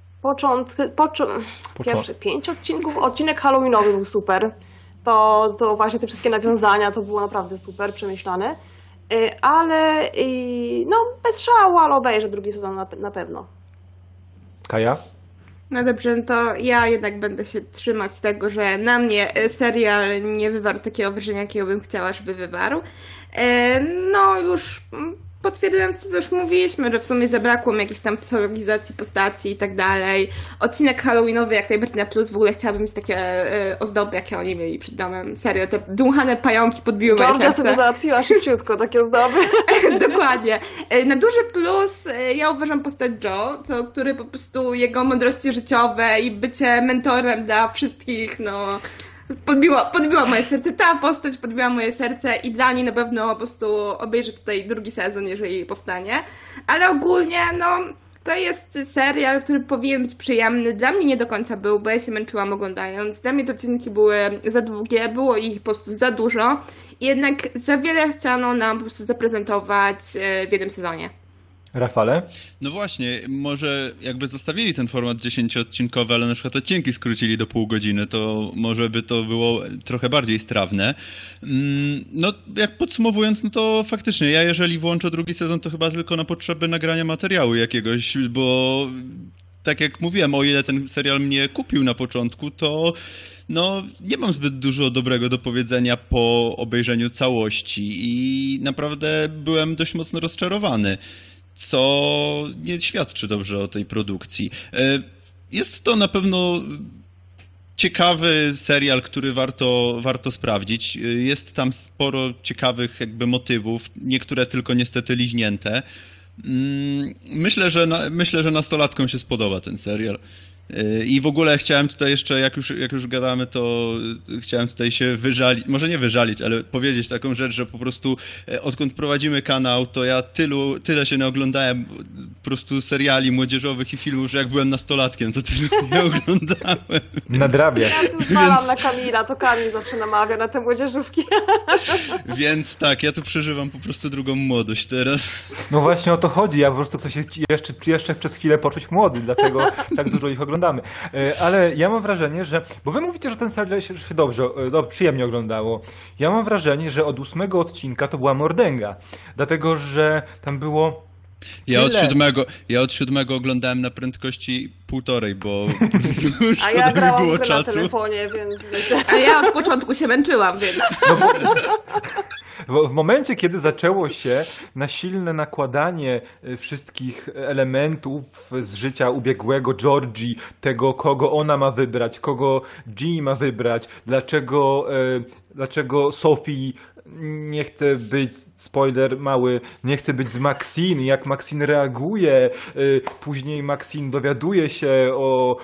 Pierwsze 5 odcinków, odcinek halloweenowy był super. To właśnie te wszystkie nawiązania to było naprawdę super przemyślane. Ale no bez szału, ale obejrzę drugi sezon na pewno. Kaja? No dobrze, no to ja jednak będę się trzymać tego, że na mnie serial nie wywarł takiego wrażenia, jakiego bym chciała, żeby wywarł. No już potwierdzając to, co już mówiliśmy, że w sumie zabrakło mi jakiejś tam psychologizacji postaci i tak dalej. Odcinek halloweenowy jak najbardziej na plus, w ogóle chciałabym mieć takie ozdoby, jakie oni mieli przed domem. Serio, te dmuchane pająki podbiły moje Georgia serce. sobie załatwiła szybciutko takie ozdoby. Dokładnie. Na duży plus ja uważam postać Joe, który po prostu jego mądrości życiowe i bycie mentorem dla wszystkich, no podbiła moje serce. Ta postać podbiła moje serce i dla niej na pewno po prostu obejrzę tutaj drugi sezon, jeżeli powstanie. Ale ogólnie, no to jest serial, który powinien być przyjemny. Dla mnie nie do końca był, bo ja się męczyłam oglądając. Dla mnie te odcinki były za długie, było ich po prostu za dużo. I jednak za wiele chciano nam po prostu zaprezentować w jednym sezonie. Rafale? No właśnie, może jakby zostawili ten format 10-odcinkowy, ale na przykład odcinki skrócili do pół godziny, to może by to było trochę bardziej strawne. No jak podsumowując, no to faktycznie ja jeżeli włączę drugi sezon, to chyba tylko na potrzeby nagrania materiału jakiegoś, bo tak jak mówiłem, o ile ten serial mnie kupił na początku, to no nie mam zbyt dużo dobrego do powiedzenia po obejrzeniu całości i naprawdę byłem dość mocno rozczarowany, co nie świadczy dobrze o tej produkcji. Jest to na pewno ciekawy serial, który warto sprawdzić. Jest tam sporo ciekawych jakby motywów, niektóre tylko niestety liźnięte. Myślę, że nastolatkom się spodoba ten serial. I w ogóle chciałem tutaj jeszcze, jak już gadamy, to chciałem tutaj się wyżalić, może nie wyżalić, ale powiedzieć taką rzecz, że po prostu odkąd prowadzimy kanał, to ja tyle się naoglądałem po prostu seriali młodzieżowych i filmów, że jak byłem nastolatkiem, to tyle nie oglądałem. Nadrabiasz. Ja tu zwalam na Kamila, to Kamil zawsze namawia na te młodzieżówki. Więc tak, ja tu przeżywam po prostu drugą młodość teraz. No właśnie o to chodzi, ja po prostu chcę się jeszcze przez chwilę poczuć młody, dlatego tak dużo ich oglądamy. Ale ja mam wrażenie, że, bo wy mówicie, że ten serial się przyjemnie oglądało. Ja mam wrażenie, że od 8 odcinka to była mordęga, dlatego że tam było Ja od 7 oglądałem na prędkości 1,5, bo A ja grałam było na czasu. telefonie, więc wiecie. A ja od początku się męczyłam, więc... Bo w momencie, kiedy zaczęło się nasilne nakładanie wszystkich elementów z życia ubiegłego Georgii, tego kogo ona ma wybrać, kogo Ginny ma wybrać, dlaczego Sophie nie chce być, spoiler mały, nie chce być z Maxine, jak Maxine reaguje, później Maxine dowiaduje się o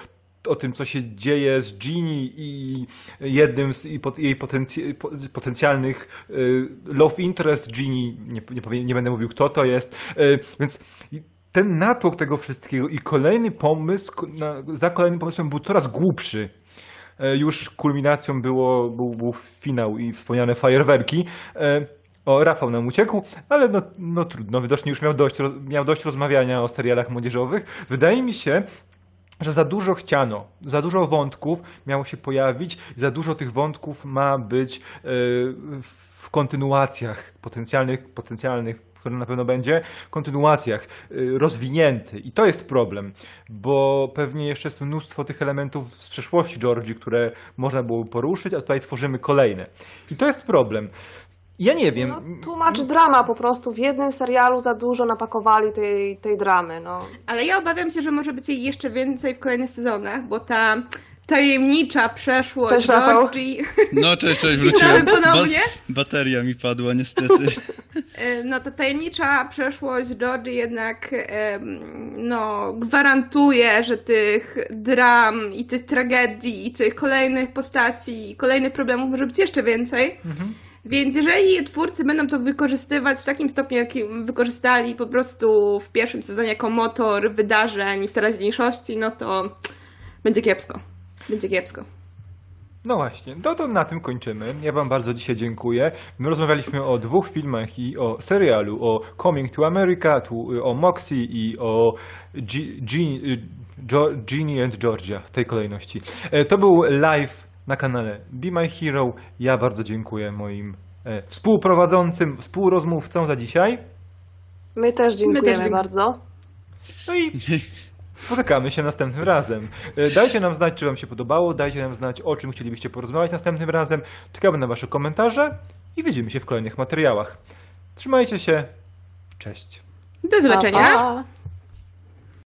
o tym, co się dzieje z Ginny i jednym z jej potencjalnych love interest Ginny, nie będę mówił, kto to jest, więc ten natłok tego wszystkiego i kolejny pomysł, za kolejnym pomysłem był coraz głupszy. Już kulminacją był finał i wspomniane fajerwerki. O, Rafał nam uciekł, ale no trudno, widocznie już miał dość rozmawiania o serialach młodzieżowych. Wydaje mi się, że za dużo chciano, za dużo wątków miało się pojawić, za dużo tych wątków ma być w kontynuacjach potencjalnych, które na pewno będzie, kontynuacjach rozwinięty. I to jest problem, bo pewnie jeszcze jest mnóstwo tych elementów z przeszłości Georgii, które można było poruszyć, a tutaj tworzymy kolejne. I to jest problem. Ja nie wiem. No, tłumacz drama po prostu. W jednym serialu za dużo napakowali tej dramy. No. Ale ja obawiam się, że może być jej jeszcze więcej w kolejnych sezonach, bo ta tajemnicza przeszłość Cześć, Rafał. Georgii... No cześć, Witamy wróciłem. ponownie. Bateria mi padła niestety. No ta tajemnicza przeszłość Georgii jednak no, gwarantuje, że tych dram i tych tragedii i tych kolejnych postaci i kolejnych problemów może być jeszcze więcej. Więc jeżeli twórcy będą to wykorzystywać w takim stopniu, jakim wykorzystali po prostu w pierwszym sezonie jako motor wydarzeń w teraźniejszości, no to będzie kiepsko. Będzie kiepsko. No właśnie, to na tym kończymy. Ja wam bardzo dzisiaj dziękuję. My rozmawialiśmy o 2 filmach i o serialu, o Coming to America, o Moxie i o Ginny and Georgia w tej kolejności. To był live na kanale Be My Hero. Ja bardzo dziękuję moim współprowadzącym, współrozmówcom za dzisiaj. My też dziękujemy bardzo. No i spotykamy się następnym razem. Dajcie nam znać, czy wam się podobało, dajcie nam znać, o czym chcielibyście porozmawiać następnym razem. Czekamy na wasze komentarze i widzimy się w kolejnych materiałach. Trzymajcie się. Cześć. Do zobaczenia. Pa, pa.